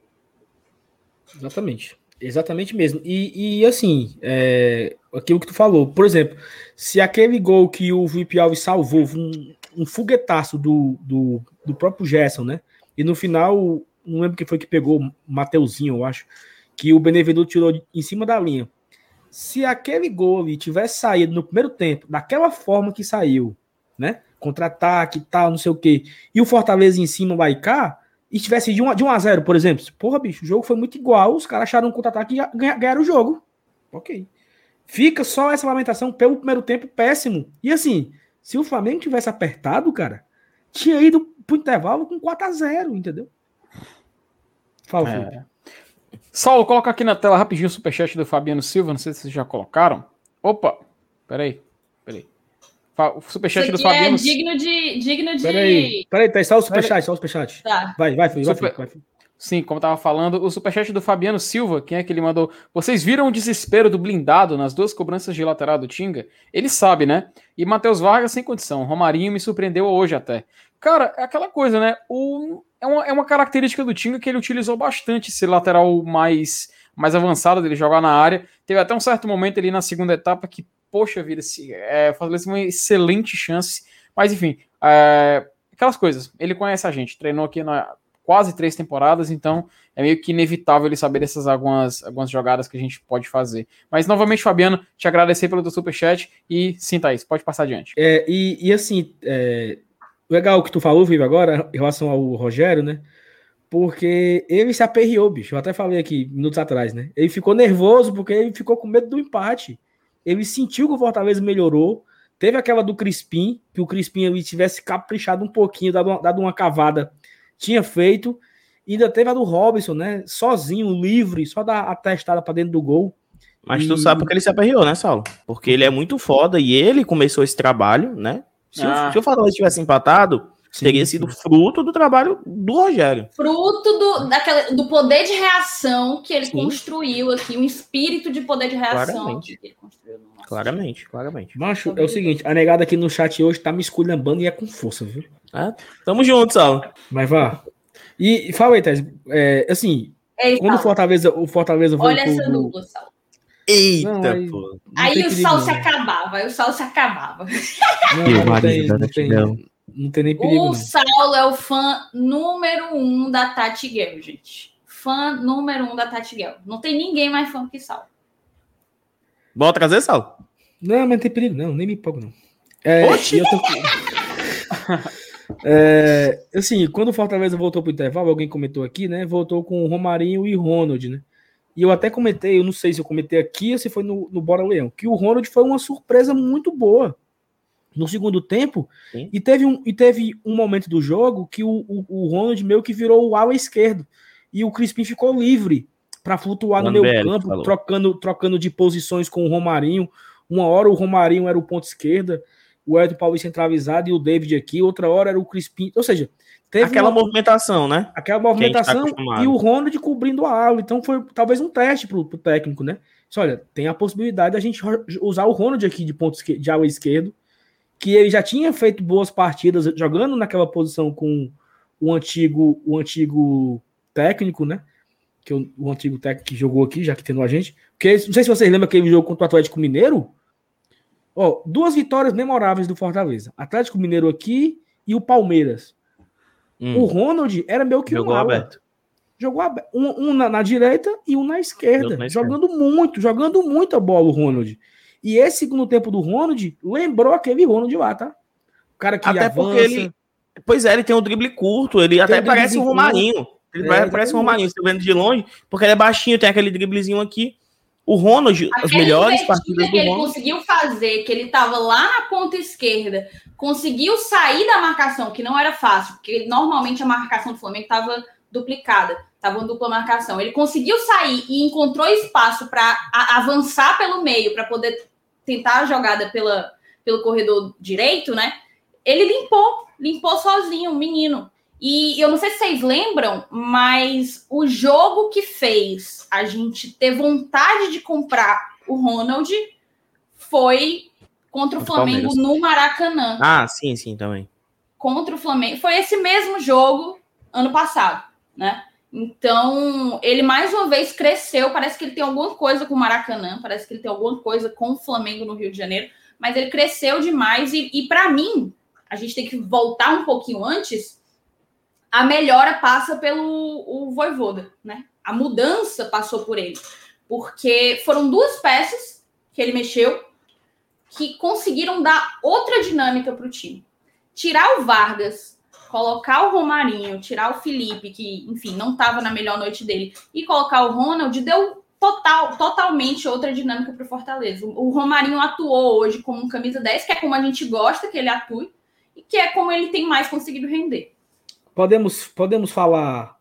Exatamente. Exatamente mesmo. E, e assim, é, aquilo que tu falou, por exemplo, se aquele gol que o Felipe Alves salvou, um, um foguetaço do, do, do próprio Gerson, né? E no final, não lembro quem foi que pegou, Mateuzinho, eu acho, que o Benevenuto tirou em cima da linha. Se aquele gol ali tivesse saído no primeiro tempo, daquela forma que saiu, né? Contra-ataque e tal, não sei o quê, e o Fortaleza em cima vai cá, e tivesse de um a zero, por exemplo, porra, bicho, o jogo foi muito igual, os caras acharam um contra-ataque e ganharam o jogo. Ok. Fica só essa lamentação pelo primeiro tempo péssimo. E assim, se o Flamengo tivesse apertado, cara, tinha ido pro intervalo com quatro a zero, entendeu? Fala, Felipe. É. Saulo, coloca aqui na tela rapidinho o superchat do Fabiano Silva. Não sei se vocês já colocaram. Opa, peraí, peraí. O superchat Isso do aqui Fabiano... é digno de... Digno de... Peraí, peraí, tá só o superchat, só o superchat. Tá. Vai, vai, vai, Super... vai, vai. Sim, como eu tava falando, o superchat do Fabiano Silva, quem é que ele mandou? Vocês viram o desespero do blindado nas duas cobranças de lateral do Tinga? Ele sabe, né? E Matheus Vargas sem condição. Romarinho me surpreendeu hoje até. Cara, é aquela coisa, né? O... É, uma, é uma característica do Tinga que ele utilizou bastante, esse lateral mais, mais avançado dele jogar na área. Teve até um certo momento ali na segunda etapa que poxa vida, se, é, Fortaleza uma excelente chance. Mas enfim, é, aquelas coisas. Ele conhece a gente, treinou aqui na quase três temporadas, então é meio que inevitável ele saber dessas algumas, algumas jogadas que a gente pode fazer. Mas novamente, Fabiano, te agradecer pelo teu superchat e sim, Thaís, pode passar adiante. É, e, e assim, é, legal o que tu falou, Vivo, agora, em relação ao Rogério, né? Porque ele se aperreou, bicho. Eu até falei aqui minutos atrás, né? Ele ficou nervoso porque ele ficou com medo do empate. Ele sentiu que o Fortaleza melhorou. Teve aquela do Crispim, que o Crispim ele tivesse caprichado um pouquinho, dado uma, dado uma cavada, tinha feito. E ainda teve a do Robinson, né? Sozinho, livre, só dar a testada pra dentro do gol. Mas e... tu sabe porque ele se aperreou, né, Saulo? Porque ele é muito foda e ele começou esse trabalho, né? Se, ah. o, se o Fortaleza tivesse empatado, sim, teria sido sim. fruto do trabalho do Rogério. Fruto do, daquela, do poder de reação que ele sim. construiu aqui, um espírito de poder de reação. Claramente, que ele construiu no claramente, claramente. Macho, é o seguinte, a negada aqui no chat hoje tá me esculhambando e é com força, viu? É, tamo junto, Saulo. Mas vá. E, e fala aí, Thais, é, assim, Ei, quando o Fortaleza, o Fortaleza voltou... Olha essa dupla, Saulo. Eita, não, aí, pô. Não aí o Saulo se acabava, aí o Saulo se acabava. Não, não, não, tem, não, tem, não tem nem perigo, O não. Saulo é o fã número um da Tati Guerra, gente. Fã número um da Tati Guerra. Não tem ninguém mais fã que Saulo. Bora trazer, Saulo? Não, mas não tem perigo, não. Nem me empolgo, não. É, Oxi! Eu tô... é, assim, quando o Fortaleza voltou pro intervalo, alguém comentou aqui, né? Voltou com o Romarinho e Ronald, né? E eu até comentei, eu não sei se eu comentei aqui ou se foi no, no Bora Leão, que o Ronald foi uma surpresa muito boa no segundo tempo. E teve, um, e teve um momento do jogo que o, o, o Ronald meio que virou o ala esquerdo. E o Crispim ficou livre para flutuar no meio campo, trocando, trocando de posições com o Romarinho. Uma hora o Romarinho era o ponto esquerda, o Edson Paulista centralizado e o David aqui. Outra hora era o Crispim. Ou seja, teve aquela uma, movimentação, né? Aquela movimentação tá e o Ronald cobrindo a ala. Então foi talvez um teste pro, pro técnico, né? Disse, olha, tem a possibilidade da gente usar o Ronald aqui de ponto esquerdo, de ala esquerdo, que ele já tinha feito boas partidas jogando naquela posição com o antigo, o antigo técnico, né? Que o, o antigo técnico que jogou aqui, já que tem no a gente. Porque, não sei se vocês lembram aquele jogo contra o Atlético Mineiro. Ó, duas vitórias memoráveis do Fortaleza. Atlético Mineiro aqui e o Palmeiras. Hum. O Ronald era meio que jogou um aberto. Jogou aberto. Um, um na, na direita e um na esquerda. Na jogando esquerda. muito, jogando muita bola o Ronald. E esse segundo tempo do Ronald lembrou aquele Ronald lá, tá? O cara que até avança. Porque ele... Pois é, ele tem um drible curto, ele tem até um parece um Romarinho. Ele é, parece um Romarinho, você vendo de longe, porque ele é baixinho, tem aquele driblezinho aqui. O Ronald, aquele as melhores partidas que do ele Ronald... conseguiu fazer, que ele tava lá na ponta esquerda, conseguiu sair da marcação, que não era fácil, porque normalmente a marcação do Flamengo tava duplicada, tava uma dupla marcação. Ele conseguiu sair e encontrou espaço para avançar pelo meio, para poder tentar a jogada pela, pelo corredor direito, né? Ele limpou, limpou sozinho, o menino. E eu não sei se vocês lembram, mas o jogo que fez a gente ter vontade de comprar o Ronald foi contra o Flamengo no Maracanã. Ah, sim, sim, também. Contra o Flamengo. Foi esse mesmo jogo ano passado, né? Então, ele mais uma vez cresceu. Parece que ele tem alguma coisa com o Maracanã, parece que ele tem alguma coisa com o Flamengo no Rio de Janeiro, mas ele cresceu demais. E, e para mim, a gente tem que voltar um pouquinho antes. A melhora passa pelo o Vojvoda, né? A mudança passou por ele. Porque foram duas peças que ele mexeu que conseguiram dar outra dinâmica para o time. Tirar o Vargas, colocar o Romarinho, tirar o Felipe, que, enfim, não estava na melhor noite dele, e colocar o Ronald, deu total, totalmente outra dinâmica para o Fortaleza. O Romarinho atuou hoje como um camisa dez, que é como a gente gosta que ele atue, e que é como ele tem mais conseguido render. Podemos, podemos falar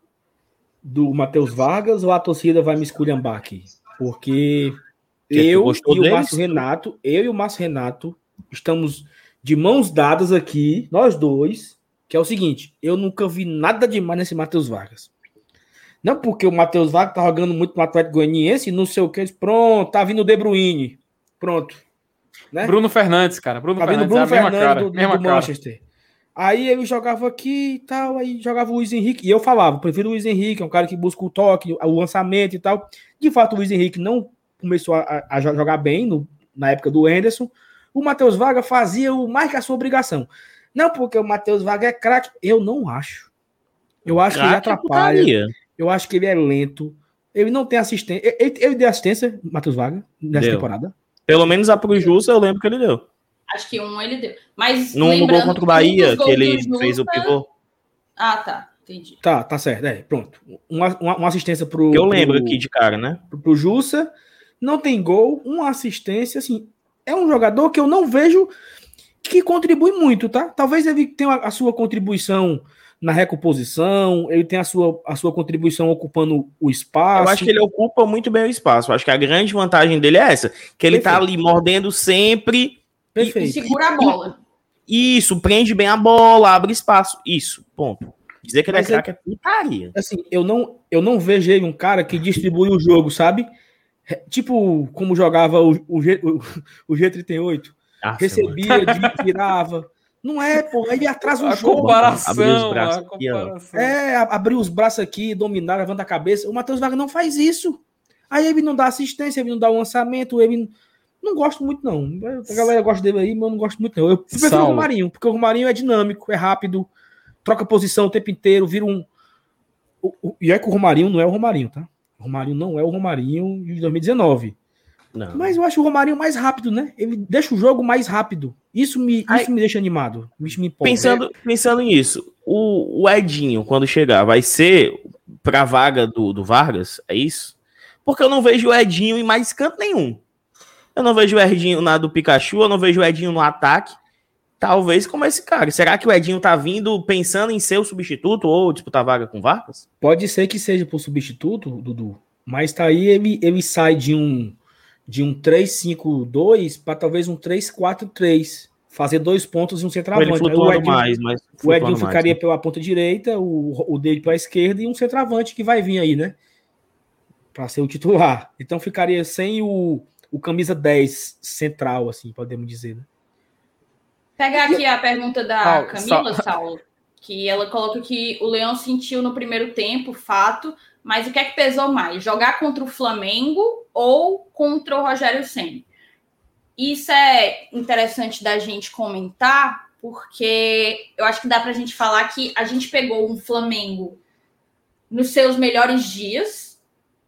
do Matheus Vargas ou a torcida vai me esculhambar aqui? Porque que eu e o Márcio Renato, eu e o Márcio Renato estamos de mãos dadas aqui, nós dois, que é o seguinte, eu nunca vi nada demais nesse Matheus Vargas. Não porque o Matheus Vargas tá jogando muito no Atlético Goianiense, não sei o que, pronto, tá vindo o De Bruyne, pronto. Né? Bruno Fernandes, cara, Bruno tá Fernandes, Bruno é a mesma Fernandes cara, do, do, mesma do cara. Manchester. Aí ele jogava aqui e tal, aí jogava o Luiz Henrique, e eu falava, prefiro o Luiz Henrique, é um cara que busca o toque, o lançamento e tal. De fato, o Luiz Henrique não começou a, a jogar bem no, na época do Henderson, o Matheus Vargas fazia o mais que a sua obrigação. Não porque o Matheus Vargas é craque, eu não acho. Eu acho craque que ele atrapalha, putaria. Eu acho que ele é lento, ele não tem assistência. Ele, ele deu assistência, Matheus Vargas, nessa deu. temporada? Pelo menos a pro Jussa eu lembro que ele deu. Acho que um ele deu. Mas no, no gol contra o Bahia, que ele Jussa... fez o pivô. Ah, tá. Entendi. Tá, tá certo. É, pronto. Uma, uma, uma assistência pro... Que eu lembro pro, aqui de cara, né? Pro, pro Jussa. Não tem gol, uma assistência, assim... É um jogador que eu não vejo que contribui muito, tá? Talvez ele tenha a sua contribuição na recomposição, ele tem a sua, a sua contribuição ocupando o espaço. Eu acho que ele ocupa muito bem o espaço. Eu acho que a grande vantagem dele é essa, que ele Perfeito. Tá ali mordendo sempre... Perfeito. E segura a bola. Isso, prende bem a bola, abre espaço. Isso, ponto. Dizer que ele Mas é craque é putaria. Assim, eu não, eu não vejo ele um cara que distribui o jogo, sabe? Tipo, como jogava o, o, G, o, o G trinta e oito. Ah, recebia, virava. Não é, pô, ele atrasa o a jogo. Comparação, abriu os braços a aqui, comparação. É, abriu os braços aqui, dominar, levanta a cabeça. O Matheus Vargas não faz isso. Aí ele não dá assistência, ele não dá o lançamento, ele... Não gosto muito, não. A galera gosta dele aí, mas eu não gosto muito, não. Eu prefiro Saulo. o Romarinho, porque o Romarinho é dinâmico, é rápido, troca posição o tempo inteiro, vira um... O, o... E é que o Romarinho não é o Romarinho, tá? O Romarinho não é o Romarinho de dois mil e dezenove. Não. Mas eu acho o Romarinho mais rápido, né? Ele deixa o jogo mais rápido. Isso me, Ai, isso me deixa animado. Isso me empolga. Pensando, pensando nisso, o, o Edinho, quando chegar, vai ser pra vaga do, do Vargas? É isso? Porque eu não vejo o Edinho em mais canto nenhum. Eu não vejo o Edinho na do Pikachu, eu não vejo o Edinho no ataque. Talvez como esse cara. Será que o Edinho tá vindo pensando em ser o substituto ou disputar vaga com Vargas? Pode ser que seja por substituto, Dudu. Mas tá aí, ele, ele sai de um, de um três cinco dois para talvez um três quatro três. Fazer dois pontos e um centroavante. Ele flutuando o Edinho, mais, mas o Edinho ficaria mais, né? Pela ponta direita, o, o dele pela esquerda e um centroavante que vai vir aí, né? Para ser o titular. Então ficaria sem o... o camisa dez central, assim, podemos dizer, né? Pegar aqui a pergunta da Camila, Saulo, que ela coloca que o Leão sentiu no primeiro tempo, fato, mas o que é que pesou mais? Jogar contra o Flamengo ou contra o Rogério Ceni? Isso é interessante da gente comentar, porque eu acho que dá pra gente falar que a gente pegou um Flamengo nos seus melhores dias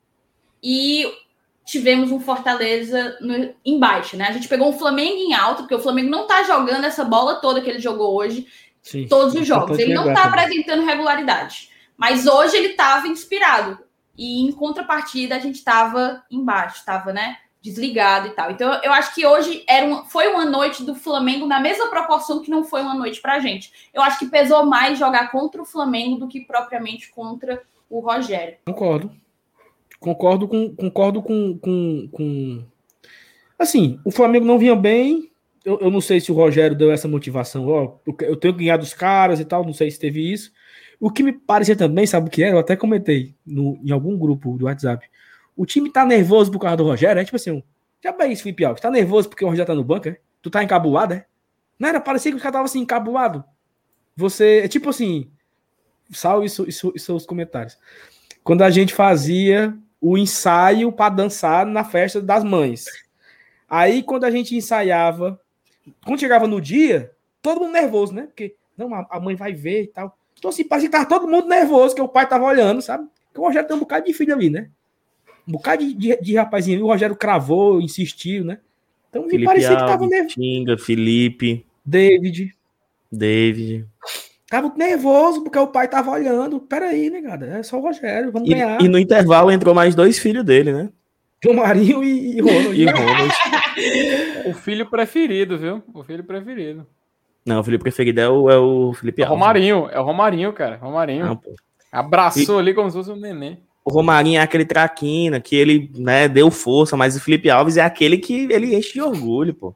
e tivemos um Fortaleza no, embaixo, né? A gente pegou um Flamengo em alta, porque o Flamengo não tá jogando essa bola toda que ele jogou hoje, Sim, todos os jogos. Ele não tá apresentando regularidade. Mas hoje ele tava inspirado. E em contrapartida, a gente tava embaixo, tava, né? Desligado e tal. Então, eu acho que hoje era uma, foi uma noite do Flamengo na mesma proporção que não foi uma noite pra gente. Eu acho que pesou mais jogar contra o Flamengo do que propriamente contra o Rogério. Concordo. Concordo com... Concordo com, com, com... Assim, o Flamengo não vinha bem. Eu, eu não sei se o Rogério deu essa motivação. Ó, eu tenho que ganhar dos caras e tal. Não sei se teve isso. O que me parecia também, sabe o que é? Eu até comentei no, em algum grupo do WhatsApp. O time tá nervoso por causa do Rogério. É tipo assim, já bem isso, Felipe Alves. Tá nervoso porque o Rogério tá no banco, é? Tu tá encabulado, é? Não era? Parecia que os caras estavam assim, encabulado. Você... É tipo assim... Salve isso, isso, isso seus comentários. Quando a gente fazia... o ensaio para dançar na festa das mães. Aí, quando a gente ensaiava, quando chegava no dia, todo mundo nervoso, né? Porque, não, a mãe vai ver e tal. Então, assim, parecia que tava todo mundo nervoso, que o pai tava olhando, sabe? Porque o Rogério tem um bocado de filho ali, né? Um bocado de, de, de rapazinho ali, o Rogério cravou, insistiu, né? Então, me parecia que tava nervoso. Tinga, Felipe. David. David. Tava nervoso porque o pai tava olhando. Peraí, negada, é só o Rogério, vamos e, ganhar. E no intervalo entrou mais dois filhos dele, né? Romarinho e, e Ronald. E Ronald. O filho preferido, viu? O filho preferido. Não, o filho preferido é o, é o Felipe Alves. É o Romarinho, é o Romarinho, cara. Romarinho. Não, pô. Abraçou e... ali como se fosse um neném. O Romarinho é aquele traquina que ele, né, deu força, mas o Felipe Alves é aquele que ele enche de orgulho, pô.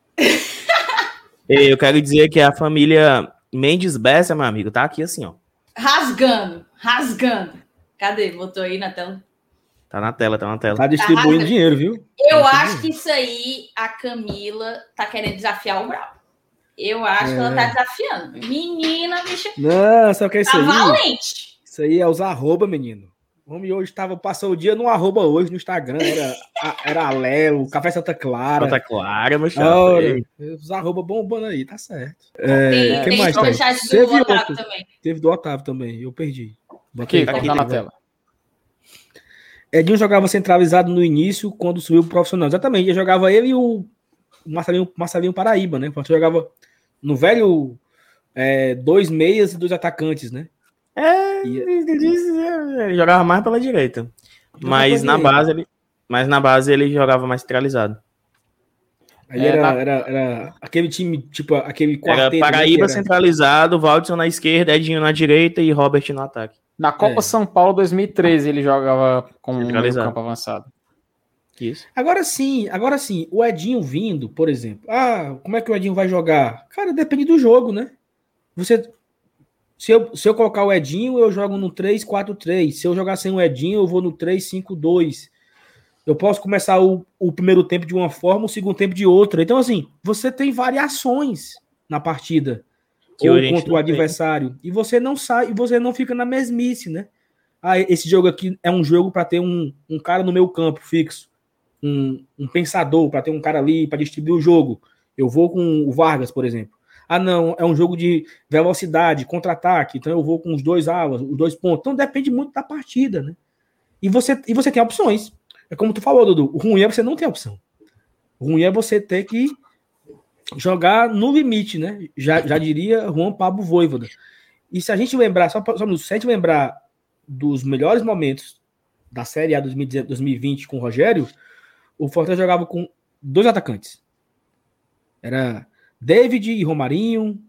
Eu quero dizer que a família Mendes Bessa, meu amigo, tá aqui assim, ó. Rasgando, rasgando. Cadê? Botou aí na tela. Tá na tela, tá na tela. Tá distribuindo tá dinheiro, viu? Eu tá acho que isso aí, a Camila tá querendo desafiar o Brau. Eu acho é. que ela tá desafiando. Menina, bicha. Não, só que é isso tá aí. valente. Isso aí é os arroba, menino. O homem hoje tava, passou o dia no arroba hoje no Instagram, era, era Aléu, Café Santa Clara. Santa Clara, meu chapa. Os arroba bombando aí, tá certo. É, tem quem tem mais, tá? chat do Teve Otávio outro. também. Teve do Otávio também, eu perdi. Aqui, Botei, tá na tela. Edinho jogava centralizado no início, quando subiu pro profissional. Exatamente, ele jogava ele e o Marcelinho, Marcelinho Paraíba, né? Porque jogava no velho é, dois meias e dois atacantes, né? É, E- ele jogava mais pela direita. Jogava Mas pela na direita. base ele, mas na base ele jogava mais centralizado. Aí É, era, na- era, era aquele time, tipo, aquele Era quarteto. né, Paraíba que era- centralizado, Valdson na esquerda, Edinho na direita e Robert no ataque. Na Copa É. São Paulo dois mil e treze ele jogava com um meio Centralizado. campo avançado. Isso. Agora sim, agora sim, o Edinho vindo, por exemplo. Ah, como é que o Edinho vai jogar? Cara, depende do jogo, né? Você, se, eu, se eu colocar o Edinho, eu jogo no três quatro três. Se eu jogar sem o Edinho, eu vou no três cinco dois. Eu posso começar o, o primeiro tempo de uma forma, o segundo tempo de outra. Então, assim, você tem variações na partida. Que ou a gente contra o não tem. adversário. E você não sai, e você não fica na mesmice, né? Ah, esse jogo aqui é um jogo para ter um, um cara no meu campo fixo. Um, um pensador, para ter um cara ali para distribuir o jogo. Eu vou com o Vargas, por exemplo. Ah, não, é um jogo de velocidade, contra-ataque, então eu vou com os dois alas, os dois pontos. Então depende muito da partida, né? E você, e você tem opções. É como tu falou, Dudu, o ruim é você não ter opção. O ruim é você ter que jogar no limite, né? Já, já diria Juan Pablo Vojvoda. E se a gente lembrar, só, só se a gente lembrar dos melhores momentos da Série A dois mil e vinte com o Rogério, o Fortaleza jogava com dois atacantes. Era David e Romarinho,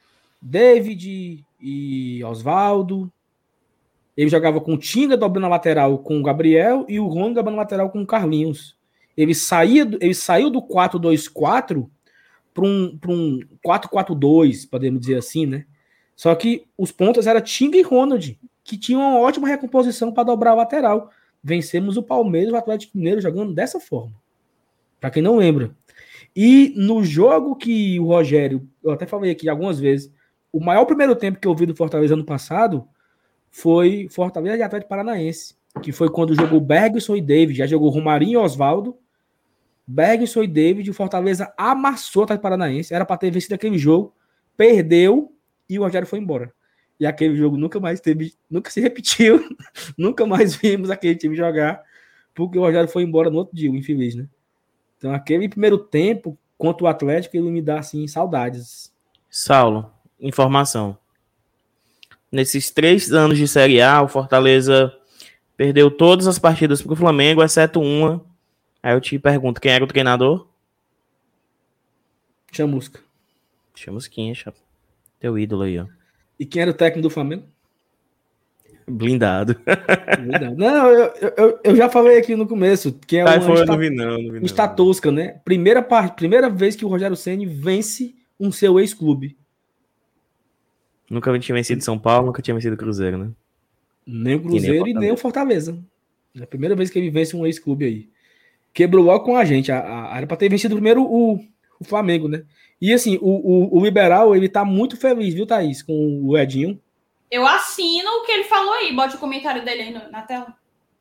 David e Osvaldo. Ele jogava com o Tinga dobrando a lateral com o Gabriel e o Rony dobrando a lateral com o Carlinhos. Ele, saía, ele saiu do quatro dois quatro para um, um quatro quatro dois, podemos dizer assim, né? Só que os pontas eram Tinga e Ronald, que tinham uma ótima recomposição para dobrar a lateral. Vencemos o Palmeiras e o Atlético Mineiro jogando dessa forma. Para quem não lembra. E no jogo que o Rogério, eu até falei aqui algumas vezes, o maior primeiro tempo que eu vi do Fortaleza ano passado foi Fortaleza e Atlético Paranaense, que foi quando jogou Bergson e David, já jogou Romarinho e Osvaldo, Bergson e David, o Fortaleza amassou o Atlético Paranaense, era para ter vencido aquele jogo, perdeu e o Rogério foi embora. E aquele jogo nunca mais teve, nunca se repetiu, nunca mais vimos aquele time jogar, porque o Rogério foi embora no outro dia, o infeliz, né? Então aquele primeiro tempo contra o Atlético, ele me dá, assim, saudades. Saulo, informação. Nesses três anos de Série A, o Fortaleza perdeu todas as partidas pro Flamengo, exceto uma. Aí eu te pergunto, quem era o treinador? Chamusca. Chamusquinha, chapa. Teu ídolo aí, ó. E quem era o técnico do Flamengo? Blindado. Não, eu, eu, eu já falei aqui no começo, que é Aí uma foi, eu esta- não vi não, não vi não. estatusca, né? Primeira, par- primeira vez que o Rogério Ceni vence um seu ex-clube. Nunca tinha vencido São Paulo, nunca tinha vencido Cruzeiro, né? Nem o E nem o Cruzeiro e nem o Fortaleza. É a primeira vez que ele vence um ex-clube aí. Quebrou logo com a gente. A, a, era pra ter vencido primeiro o, o Flamengo, né? E assim, o, o, o Liberal, ele tá muito feliz, viu, Thaís? Com o Edinho. Eu assino o que ele falou aí. Bote o comentário dele aí no- na tela.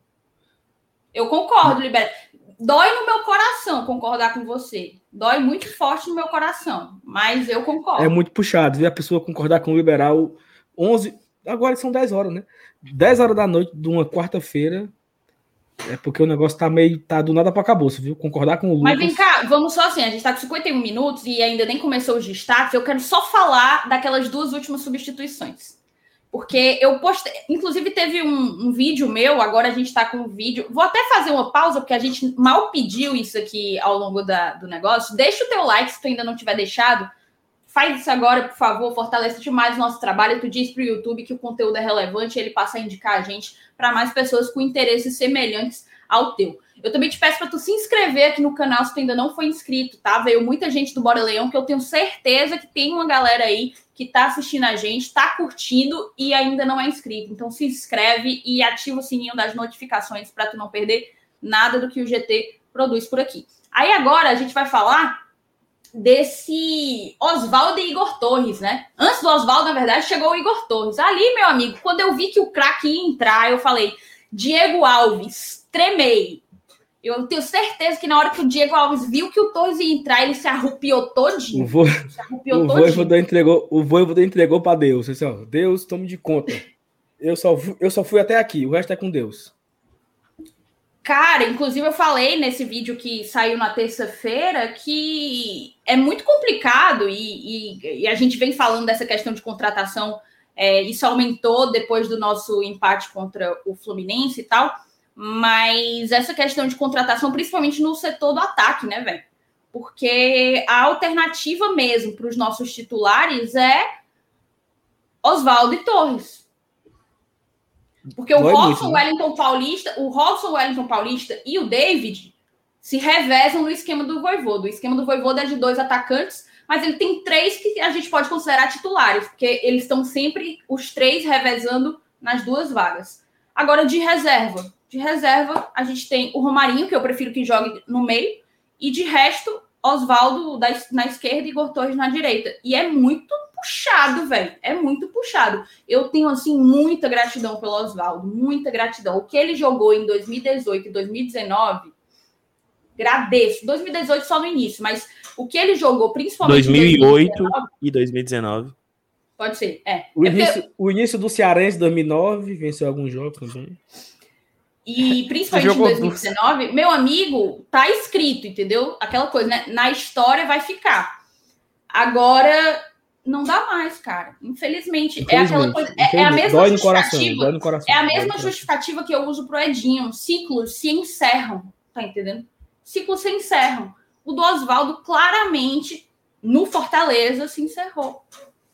Eu concordo, Libera. Dói no meu coração concordar com você. Dói muito forte no meu coração. Mas eu concordo. É muito puxado, ver a pessoa concordar com o Liberal onze. Agora são dez horas, né? dez horas da noite de uma quarta-feira. É porque o negócio tá meio. Tá do nada pra acabou, viu? Concordar com o Lucas. Mas vem cá, vamos só assim, a gente tá com cinquenta e um minutos e ainda nem começou os destaques, eu quero só falar daquelas duas últimas substituições. Porque eu postei, inclusive teve um, um vídeo meu, agora a gente tá com um vídeo, vou até fazer uma pausa, porque a gente mal pediu isso aqui ao longo da, do negócio. Deixa o teu like se tu ainda não tiver deixado, faz isso agora, por favor, fortalece demais o nosso trabalho. Tu diz pro YouTube que o conteúdo é relevante e ele passa a indicar a gente para mais pessoas com interesses semelhantes ao teu. Eu também te peço para tu se inscrever aqui no canal se tu ainda não foi inscrito, tá? Veio muita gente do Bora Leão, que eu tenho certeza que tem uma galera aí que tá assistindo a gente, tá curtindo e ainda não é inscrito. Então se inscreve e ativa o sininho das notificações para tu não perder nada do que o G T produz por aqui. Aí agora a gente vai falar desse Osvaldo e Igor Torres, né? Antes do Osvaldo, na verdade, chegou o Igor Torres. Ali, meu amigo, quando eu vi que o craque ia entrar, eu falei, Diego Alves, tremei. Eu tenho certeza que na hora que o Diego Alves viu que o Torres ia entrar, ele se arrupiou todinho. O vô, se arrupiou o Voivoda entregou, o Voivoda entregou para Deus. Assim, ó, Deus, tome de conta. Eu só, eu só fui até aqui, o resto é com Deus. Cara, inclusive eu falei nesse vídeo que saiu na terça-feira que é muito complicado e, e, e a gente vem falando dessa questão de contratação, é, isso aumentou depois do nosso empate contra o Fluminense e tal, mas essa questão de contratação, principalmente no setor do ataque, né, velho? Porque a alternativa mesmo para os nossos titulares é Oswaldo e Torres. Porque o Robson né? Wellington Paulista, o Robson Wellington Paulista e o David se revezam no esquema do Voivoda. O esquema do Voivoda é de dois atacantes, mas ele tem três que a gente pode considerar titulares, porque eles estão sempre os três revezando nas duas vagas. Agora, de reserva. De reserva, a gente tem o Romarinho, que eu prefiro que jogue no meio, e de resto, Oswaldo na esquerda e Igor Torres na direita. E é muito puxado, velho. É muito puxado. Eu tenho, assim, muita gratidão pelo Oswaldo. Muita gratidão. O que ele jogou em dois mil e dezoito e dois mil e dezenove, agradeço. dois mil e dezoito só no início, mas o que ele jogou, principalmente dois mil e oito e dois mil e dezenove. Pode ser, é. O, é início, porque... o início do Cearense, dois mil e nove, venceu alguns jogos também. E principalmente em dois mil e dezenove, meu amigo, tá escrito, entendeu? Aquela coisa, né? Na história vai ficar. Agora... Não dá mais, cara. Infelizmente. Infelizmente é aquela coisa. É, é a mesma dói justificativa. No coração, dói no coração, é a mesma justificativa que eu uso pro Edinho. Ciclos se encerram. Tá entendendo? Ciclos se encerram. O do Oswaldo, claramente, no Fortaleza, se encerrou.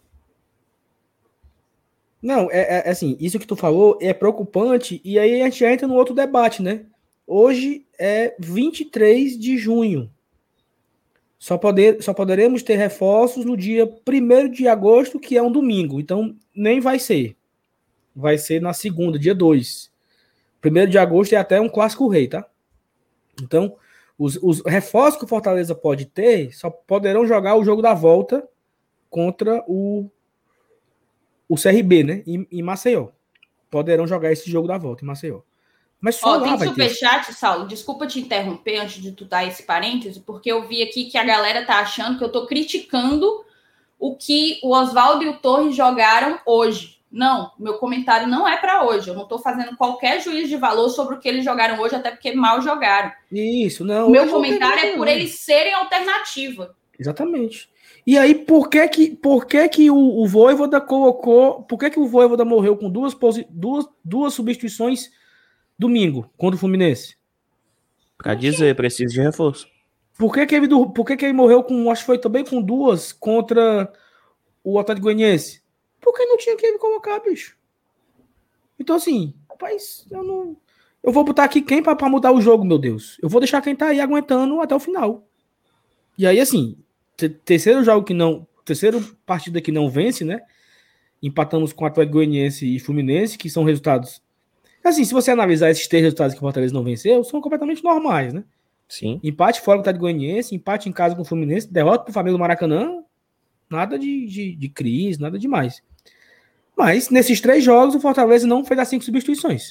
Não, é, é assim, isso que tu falou é preocupante. E aí a gente entra no outro debate, né? Hoje é vinte e três de junho. Só, poder, só poderemos ter reforços no dia primeiro de agosto, que é um domingo. Então, nem vai ser. Vai ser na segunda, dia dois. primeiro de agosto é até um clássico rei, tá? Então, os, os reforços que o Fortaleza pode ter só poderão jogar o jogo da volta contra o, o C R B, né? Em, em Maceió. Poderão jogar esse jogo da volta em Maceió. Mas só Ó, lá tem vai superchat, ter. Saulo, desculpa te interromper antes de tu dar esse parêntese, porque eu vi aqui que a galera tá achando que eu tô criticando o que o Oswaldo e o Torres jogaram hoje. Não, meu comentário não é para hoje. Eu não tô fazendo qualquer juízo de valor sobre o que eles jogaram hoje, até porque mal jogaram. Isso, não. O meu comentário é por eles serem alternativa. Exatamente. E aí, por que que, por que, que o, o Voivoda colocou... Por que que o Voivoda morreu com duas, duas, duas substituições domingo, contra o Fluminense? Pra dizer, preciso de reforço. Por que que ele, por que que ele morreu com, acho que foi também com duas contra o Atlético Goianiense? Porque não tinha que ele colocar, bicho. Então, assim, rapaz, eu não... Eu vou botar aqui quem pra, pra mudar o jogo, meu Deus? Eu vou deixar quem tá aí aguentando até o final. E aí, assim, terceiro jogo que não... Terceiro partida que não vence, né? Empatamos com o Atlético Goianiense e Fluminense, que são resultados... Assim, se você analisar esses três resultados que o Fortaleza não venceu, são completamente normais, né? Sim. Empate fora com o Atlético Goianiense, empate em casa com o Fluminense, derrota pro Flamengo do Maracanã, nada de, de, de crise, nada demais. Mas, nesses três jogos, o Fortaleza não fez as cinco substituições.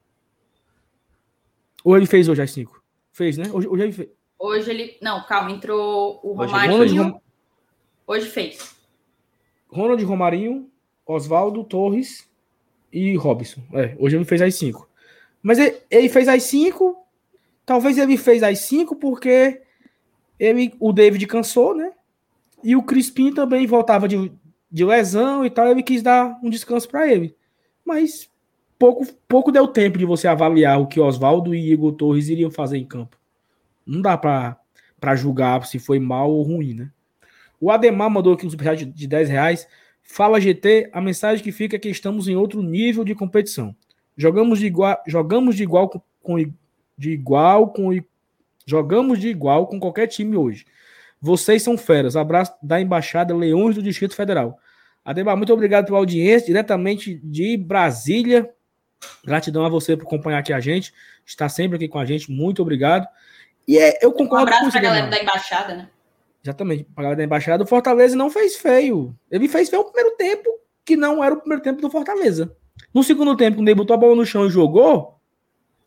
Ou ele fez hoje as cinco? Fez, né? Hoje, hoje ele fez. Hoje ele... Não, calma, entrou o Hoje Romarinho. Ronald, Hoje fez. Ronald, Romarinho, Oswaldo, Torres... e Robson. É, hoje ele fez as cinco. Mas ele, ele fez as cinco. Talvez ele fez as cinco porque ele, o David cansou, né? E o Crispim também voltava de, de lesão e tal. Ele quis dar um descanso para ele. Mas pouco, pouco deu tempo de você avaliar o que Oswaldo e Igor Torres iriam fazer em campo. Não dá para julgar se foi mal ou ruim, né? O Ademar mandou aqui um superchat de dez reais. Fala G T, a mensagem que fica é que estamos em outro nível de competição. Jogamos de igual, jogamos de igual com, com de igual com jogamos de igual com qualquer time hoje. Vocês são feras. Abraço da embaixada Leões do Distrito Federal. Ademar, muito obrigado pela audiência, diretamente de Brasília. Gratidão a você por acompanhar aqui a gente, está sempre aqui com a gente. Muito obrigado. E é, eu concordo um abraço com você, pra galera Ademar. da embaixada, né? Exatamente, para a galera da embaixada, o Fortaleza não fez feio. Ele fez feio o primeiro tempo, que não era o primeiro tempo do Fortaleza. No segundo tempo, quando ele botou a bola no chão e jogou,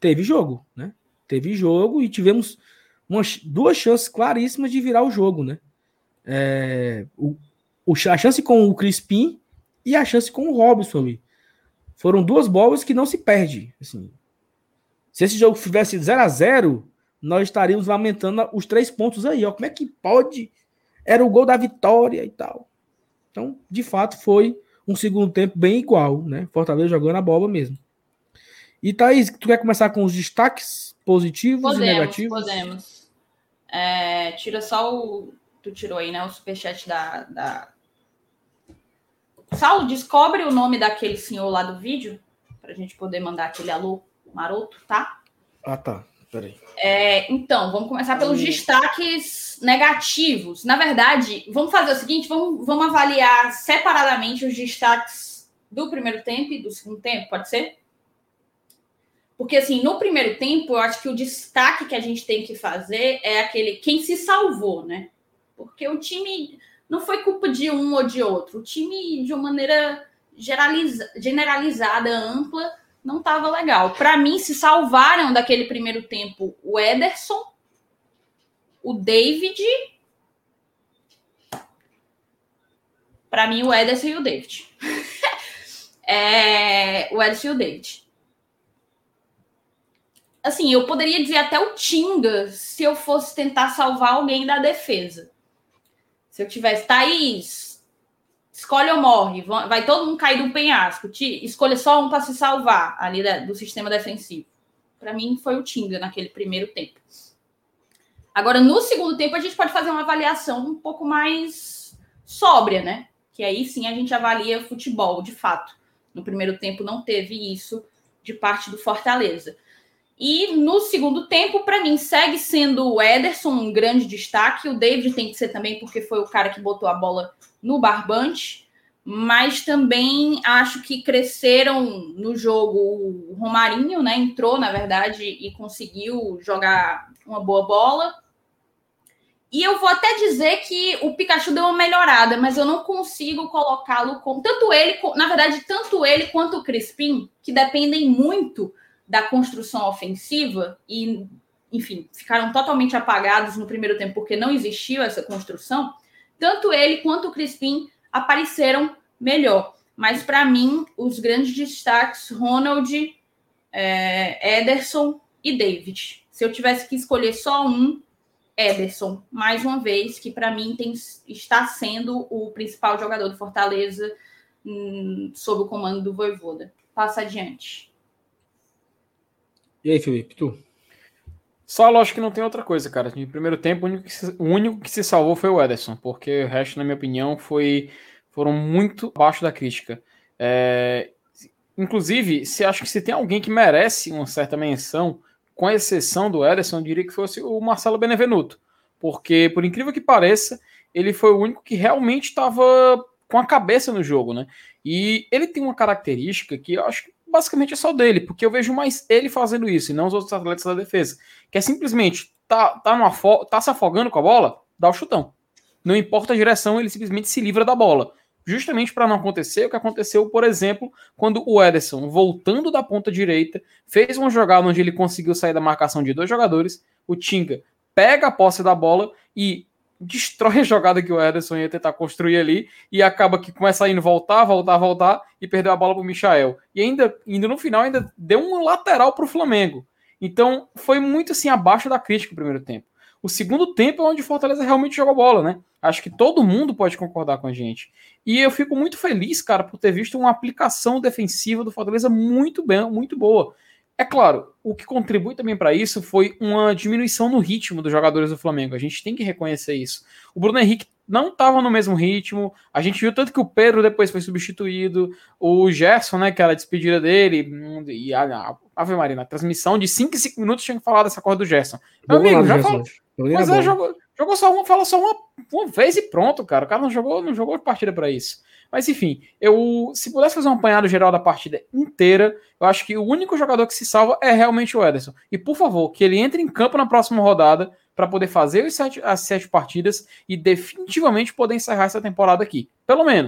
teve jogo, né? Teve jogo e tivemos umas, duas chances claríssimas de virar o jogo, né? É, o, o, a chance com o Crispim e a chance com o Robson ali. Foram duas bolas que não se perde. Assim. Se esse jogo tivesse zero a zero, nós estaríamos lamentando os três pontos aí. Ó. Como é que pode? Era o gol da vitória e tal. Então, de fato, foi um segundo tempo bem igual, né? Fortaleza jogando a bola mesmo. E, Thaís, tu quer começar com os destaques positivos podemos, e negativos? Podemos. É, tira só o... Tu tirou aí, né? O superchat da... da... Saulo, descobre o nome daquele senhor lá do vídeo, pra gente poder mandar aquele alô maroto, tá? Ah, tá. Peraí. É, então, vamos começar pelos hum. destaques negativos. Na verdade, vamos fazer o seguinte, vamos, vamos avaliar separadamente os destaques do primeiro tempo e do segundo tempo, pode ser? Porque, assim, no primeiro tempo, eu acho que o destaque que a gente tem que fazer é aquele quem se salvou, né? Porque o time não foi culpa de um ou de outro. O time, de uma maneira generaliza, generalizada, ampla, não estava legal. Para mim, se salvaram daquele primeiro tempo o Ederson, o David. Para mim, o Ederson e o David. é, o Ederson e o David. Assim, eu poderia dizer até o Tinga se eu fosse tentar salvar alguém da defesa. Se eu tivesse, Thaís, escolhe ou morre, vai todo mundo cair do penhasco, escolha só um para se salvar ali do sistema defensivo. Para mim, foi o Tinga naquele primeiro tempo. Agora, no segundo tempo, a gente pode fazer uma avaliação um pouco mais sóbria, né? Que aí sim a gente avalia futebol, de fato. No primeiro tempo não teve isso de parte do Fortaleza. E no segundo tempo, para mim, segue sendo o Ederson um grande destaque. O David tem que ser também, porque foi o cara que botou a bola no barbante. Mas também acho que cresceram no jogo o Romarinho, né? Entrou, na verdade, e conseguiu jogar uma boa bola. E eu vou até dizer que o Pikachu deu uma melhorada, mas eu não consigo colocá-lo como... Tanto ele, na verdade, tanto ele quanto o Crispim, que dependem muito da construção ofensiva e, enfim, ficaram totalmente apagados no primeiro tempo porque não existiu essa construção, tanto ele quanto o Crispim apareceram melhor. Mas, para mim, os grandes destaques, Ronald, é, Ederson e David. Se eu tivesse que escolher só um, Ederson, mais uma vez, que para mim tem, está sendo o principal jogador do Fortaleza hum, sob o comando do Vojvoda. Passa adiante. E aí, Felipe, tu? Só lógico que não tem outra coisa, cara. No primeiro tempo, o único, que se, o único que se salvou foi o Ederson, porque o resto, na minha opinião, foi, foram muito abaixo da crítica. É, inclusive, se acho que se tem alguém que merece uma certa menção, com exceção do Ederson, eu diria que fosse o Marcelo Benevenuto, porque, por incrível que pareça, ele foi o único que realmente estava com a cabeça no jogo, né? E ele tem uma característica que eu acho que basicamente é só dele, porque eu vejo mais ele fazendo isso e não os outros atletas da defesa, que é simplesmente tá, tá, no afo- tá se afogando com a bola, dá o chutão. Não importa a direção, ele simplesmente se livra da bola. Justamente para não acontecer o que aconteceu, por exemplo, quando o Ederson, voltando da ponta direita, fez uma jogada onde ele conseguiu sair da marcação de dois jogadores, o Tinga pega a posse da bola e destrói a jogada que o Ederson ia tentar construir ali e acaba que começa a indo voltar, voltar, voltar e perdeu a bola para o Michael. E ainda, ainda no final ainda deu um lateral para o Flamengo. Então foi muito assim abaixo da crítica o primeiro tempo. O segundo tempo é onde o Fortaleza realmente jogou bola, né? Acho que todo mundo pode concordar com a gente. E eu fico muito feliz, cara, por ter visto uma aplicação defensiva do Fortaleza muito bem, muito boa. É claro, o que contribui também para isso foi uma diminuição no ritmo dos jogadores do Flamengo. A gente tem que reconhecer isso. O Bruno Henrique não estava no mesmo ritmo. A gente viu tanto que o Pedro depois foi substituído. O Gerson, né, que era a despedida dele. E a, a Ave Maria, na transmissão de cinco em cinco minutos tinha que falar dessa coisa do Gerson. Meu Jogou amigo, já Gerson, falou. Pois é, jogou, jogou só uma, fala só uma, uma vez e pronto, cara. O cara não jogou, não jogou partida para isso. Mas enfim, eu se pudesse fazer um apanhado geral da partida inteira, eu acho que o único jogador que se salva é realmente o Ederson. E por favor, que ele entre em campo na próxima rodada para poder fazer os sete, as sete partidas e definitivamente poder encerrar essa temporada aqui. Pelo menos.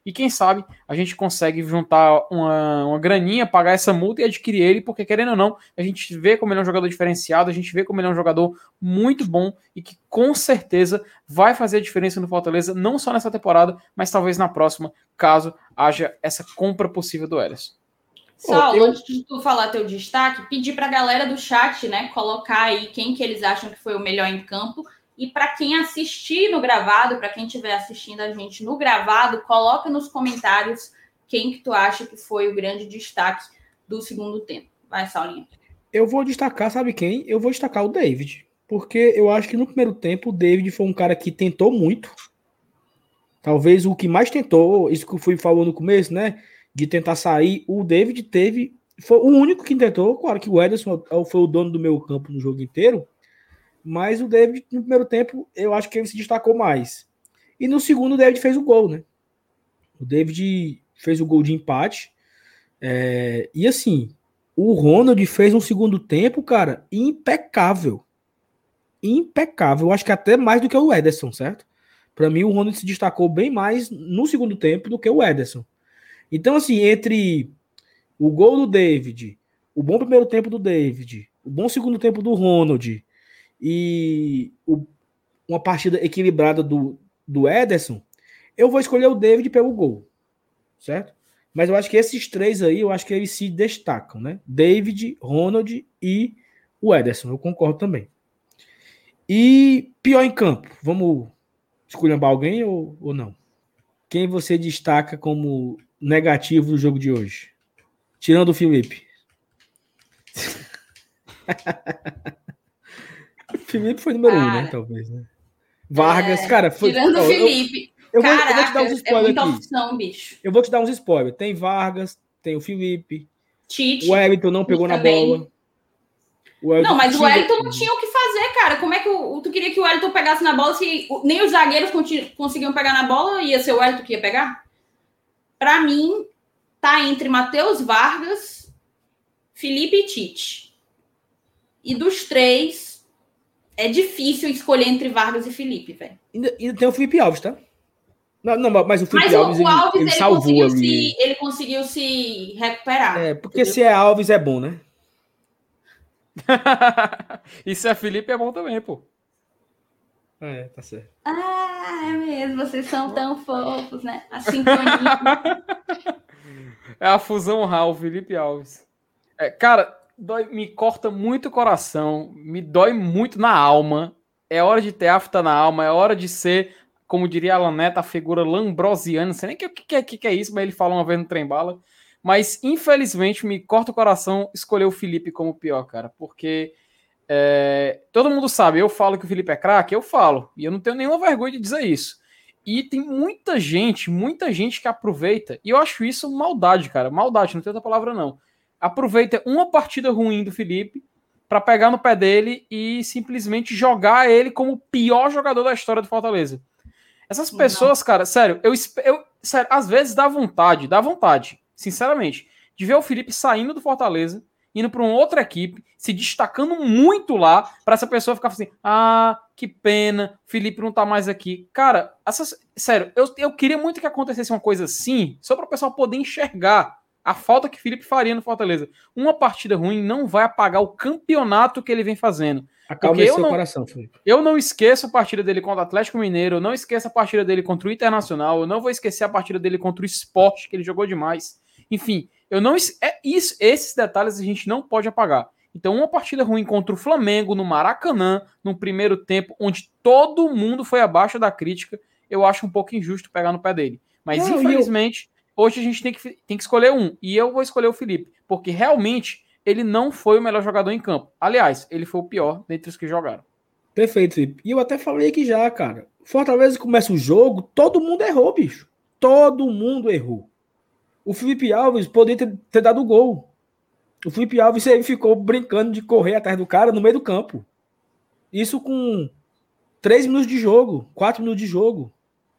E quem sabe a gente consegue juntar uma, uma graninha, pagar essa multa e adquirir ele, porque querendo ou não, a gente vê como ele é um jogador diferenciado, a gente vê como ele é um jogador muito bom e que com certeza vai fazer a diferença no Fortaleza, não só nessa temporada, mas talvez na próxima, caso haja essa compra possível do Ederson. Saulo, eu... antes de tu falar teu destaque, pedir para a galera do chat, né, colocar aí quem que eles acham que foi o melhor em campo. E para quem assistir no gravado, para quem estiver assistindo a gente no gravado, coloca nos comentários quem que tu acha que foi o grande destaque do segundo tempo. Vai, Saulinho. Eu vou destacar, sabe quem? Eu vou destacar o David. Porque eu acho que no primeiro tempo o David foi um cara que tentou muito. Talvez o que mais tentou, isso que eu fui falando no começo, né? De tentar sair, o David teve... Foi o único que tentou. Claro que o Ederson foi o dono do meio campo no jogo inteiro. Mas o David, no primeiro tempo, eu acho que ele se destacou mais. E no segundo, o David fez o gol, né? O David fez o gol de empate. É... E assim, o Ronald fez um segundo tempo, cara, impecável. Impecável. Eu acho que até mais do que o Ederson, certo? Para mim, o Ronald se destacou bem mais no segundo tempo do que o Ederson. Então, assim, entre o gol do David, o bom primeiro tempo do David, o bom segundo tempo do Ronald... e o, uma partida equilibrada do, do Ederson, eu vou escolher o David pelo gol, certo? Mas eu acho que esses três aí, eu acho que eles se destacam, né? David, Ronald e o Ederson, eu concordo também. E pior em campo, vamos escolher alguém ou, ou não? Quem você destaca como negativo do jogo de hoje? Tirando o Felipe. Felipe foi número cara, um, né? Talvez, né? Vargas, é, cara, foi. Tirando o Felipe. Eu, eu, Caraca, vou, eu vou te dar uns spoilers é aqui. Opção, bicho. Eu vou te dar uns spoilers. Tem Vargas, tem o Felipe. Tite. O Wellington não pegou na também. bola. O não, mas o Wellington não tinha o que fazer, cara. Como é que o, tu queria que o Wellington pegasse na bola se nem os zagueiros conseguiam pegar na bola? Ia ser o Wellington que ia pegar? Pra mim, tá entre Matheus Vargas, Felipe e Tite. E dos três. É difícil escolher entre Vargas e Felipe, velho. Ainda, ainda tem o Felipe Alves, tá? Não, não mas o Felipe mas Alves, o, o Alves, ele, ele, ele salvou conseguiu ali. Se, ele conseguiu se recuperar. É, porque entendeu? Se é Alves é bom, né? E se é Felipe é bom também, pô. É, tá certo. Ah, é mesmo. Vocês são tão fofos, né? A sintonia. É a fusão Raul, Felipe Alves. É, cara... Dói, me corta muito o coração, me dói muito na alma. É hora de ter afta na alma, é hora de ser, como diria a Laneta, a figura lambrosiana. Não sei nem o que, que, que, que é isso, mas ele falou uma vez no trem-bala. Mas, infelizmente, me corta o coração escolher o Felipe como pior, cara. Porque é, todo mundo sabe, eu falo que o Felipe é craque, eu falo. E eu não tenho nenhuma vergonha de dizer isso. E tem muita gente, muita gente que aproveita. E eu acho isso maldade, cara. Maldade, não tem outra palavra não. Aproveita uma partida ruim do Felipe para pegar no pé dele e simplesmente jogar ele como o pior jogador da história do Fortaleza. Essas pessoas, não. cara, sério, eu, eu sério, às vezes dá vontade, dá vontade, sinceramente, de ver o Felipe saindo do Fortaleza, indo para uma outra equipe, se destacando muito lá, para essa pessoa ficar assim, ah, que pena, o Felipe não tá mais aqui. Cara, essas, sério, eu, eu queria muito que acontecesse uma coisa assim, só para o pessoal poder enxergar a falta que o Felipe faria no Fortaleza. Uma partida ruim não vai apagar o campeonato que ele vem fazendo. Acalme seu não, coração, Felipe. Eu não esqueço a partida dele contra o Atlético Mineiro, eu não esqueço a partida dele contra o Internacional, eu não vou esquecer a partida dele contra o Sport, que ele jogou demais. Enfim, eu não é isso, esses detalhes a gente não pode apagar. Então, uma partida ruim contra o Flamengo, no Maracanã, no primeiro tempo, onde todo mundo foi abaixo da crítica, eu acho um pouco injusto pegar no pé dele. Mas, não, infelizmente... Eu... Hoje a gente tem que, tem que escolher um. E eu vou escolher o Felipe. Porque realmente ele não foi o melhor jogador em campo. Aliás, ele foi o pior dentre os que jogaram. Perfeito, Felipe. E eu até falei aqui já, cara. Fortaleza começa o jogo, todo mundo errou, bicho. Todo mundo errou. O Felipe Alves poderia ter, ter dado o gol. O Felipe Alves ele ficou brincando de correr atrás do cara no meio do campo. Isso com três minutos de jogo, quatro minutos de jogo.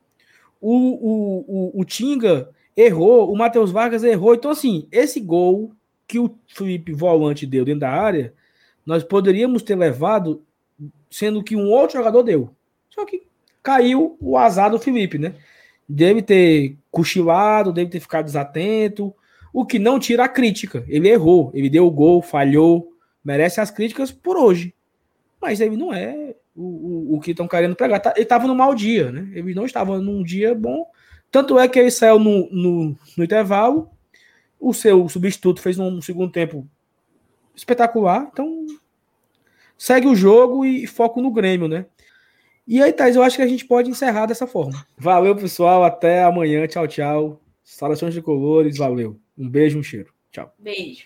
O, o, o, o Tinga... errou, o Matheus Vargas errou. Então, assim, esse gol que o Felipe Volante deu dentro da área, nós poderíamos ter levado, sendo que um outro jogador deu. Só que caiu o azar do Felipe, né? deve ter cochilado, deve ter ficado desatento, o que não tira a crítica. Ele errou, ele deu o gol, falhou, merece as críticas por hoje. Mas ele não é o, o, o que estão querendo pregar. Ele estava no mau dia, né? Ele não estava num dia bom. Tanto é que ele saiu no, no, no intervalo, o seu substituto fez um segundo tempo espetacular, então segue o jogo e foco no Grêmio, né? E aí, Thaís, eu acho que a gente pode encerrar dessa forma. Valeu, pessoal, até amanhã, tchau, tchau. Saudações de colores, valeu. Um beijo, um cheiro. Tchau. Beijo.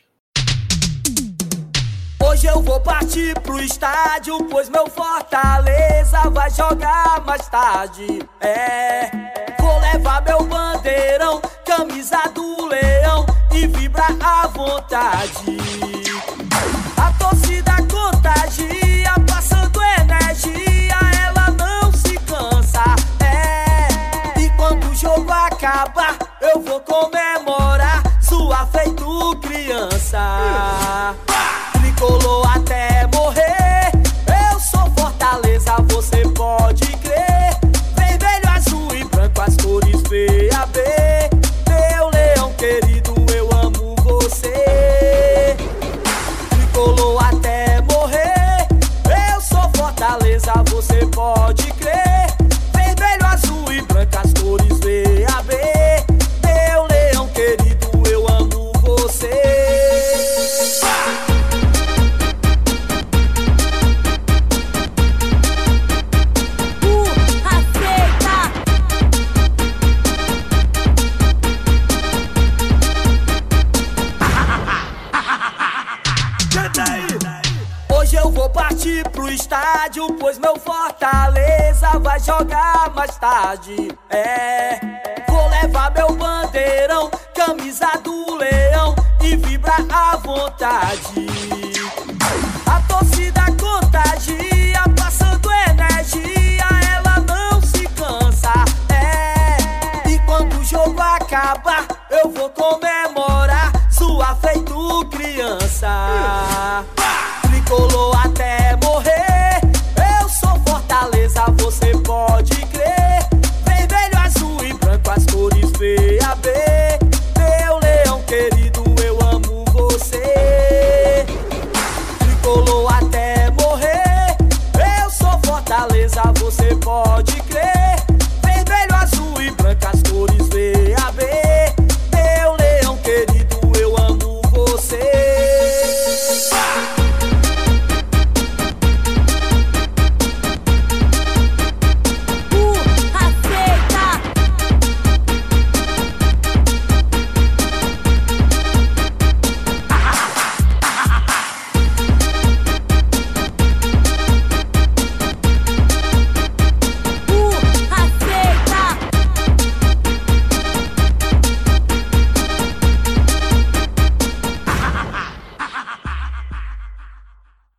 Hoje eu vou partir pro estádio, pois meu Fortaleza vai jogar mais tarde. É, vou levar meu bandeirão, camisa do leão e vibrar à vontade. A torcida contagia, passando energia, ela não se cansa. É, e quando o jogo acabar, eu vou comemorar, sua feito criança. Tricolor até morrer, eu sou Fortaleza, você pode crer. Vermelho, azul e branco, as cores V A B. Meu leão querido, eu amo você. Tricolor até morrer, eu sou Fortaleza, você pode crer. Vermelho, azul e branco, as cores V A B. Meu leão querido, eu amo você. Hoje eu vou partir pro estádio, pois meu Fortaleza vai jogar mais tarde. É, vou levar meu bandeirão, camisa do leão e vibrar à vontade. A torcida contagia, passando energia, ela não se cansa. É, e quando o jogo acabar, eu vou comemorar, sua feito criança. Tricolor até morrer, eu sou Fortaleza, você pode crer. Vermelho, azul e branco, as cores V A B. Meu leão querido, eu amo você. Tricolor até morrer, eu sou Fortaleza, você pode crer.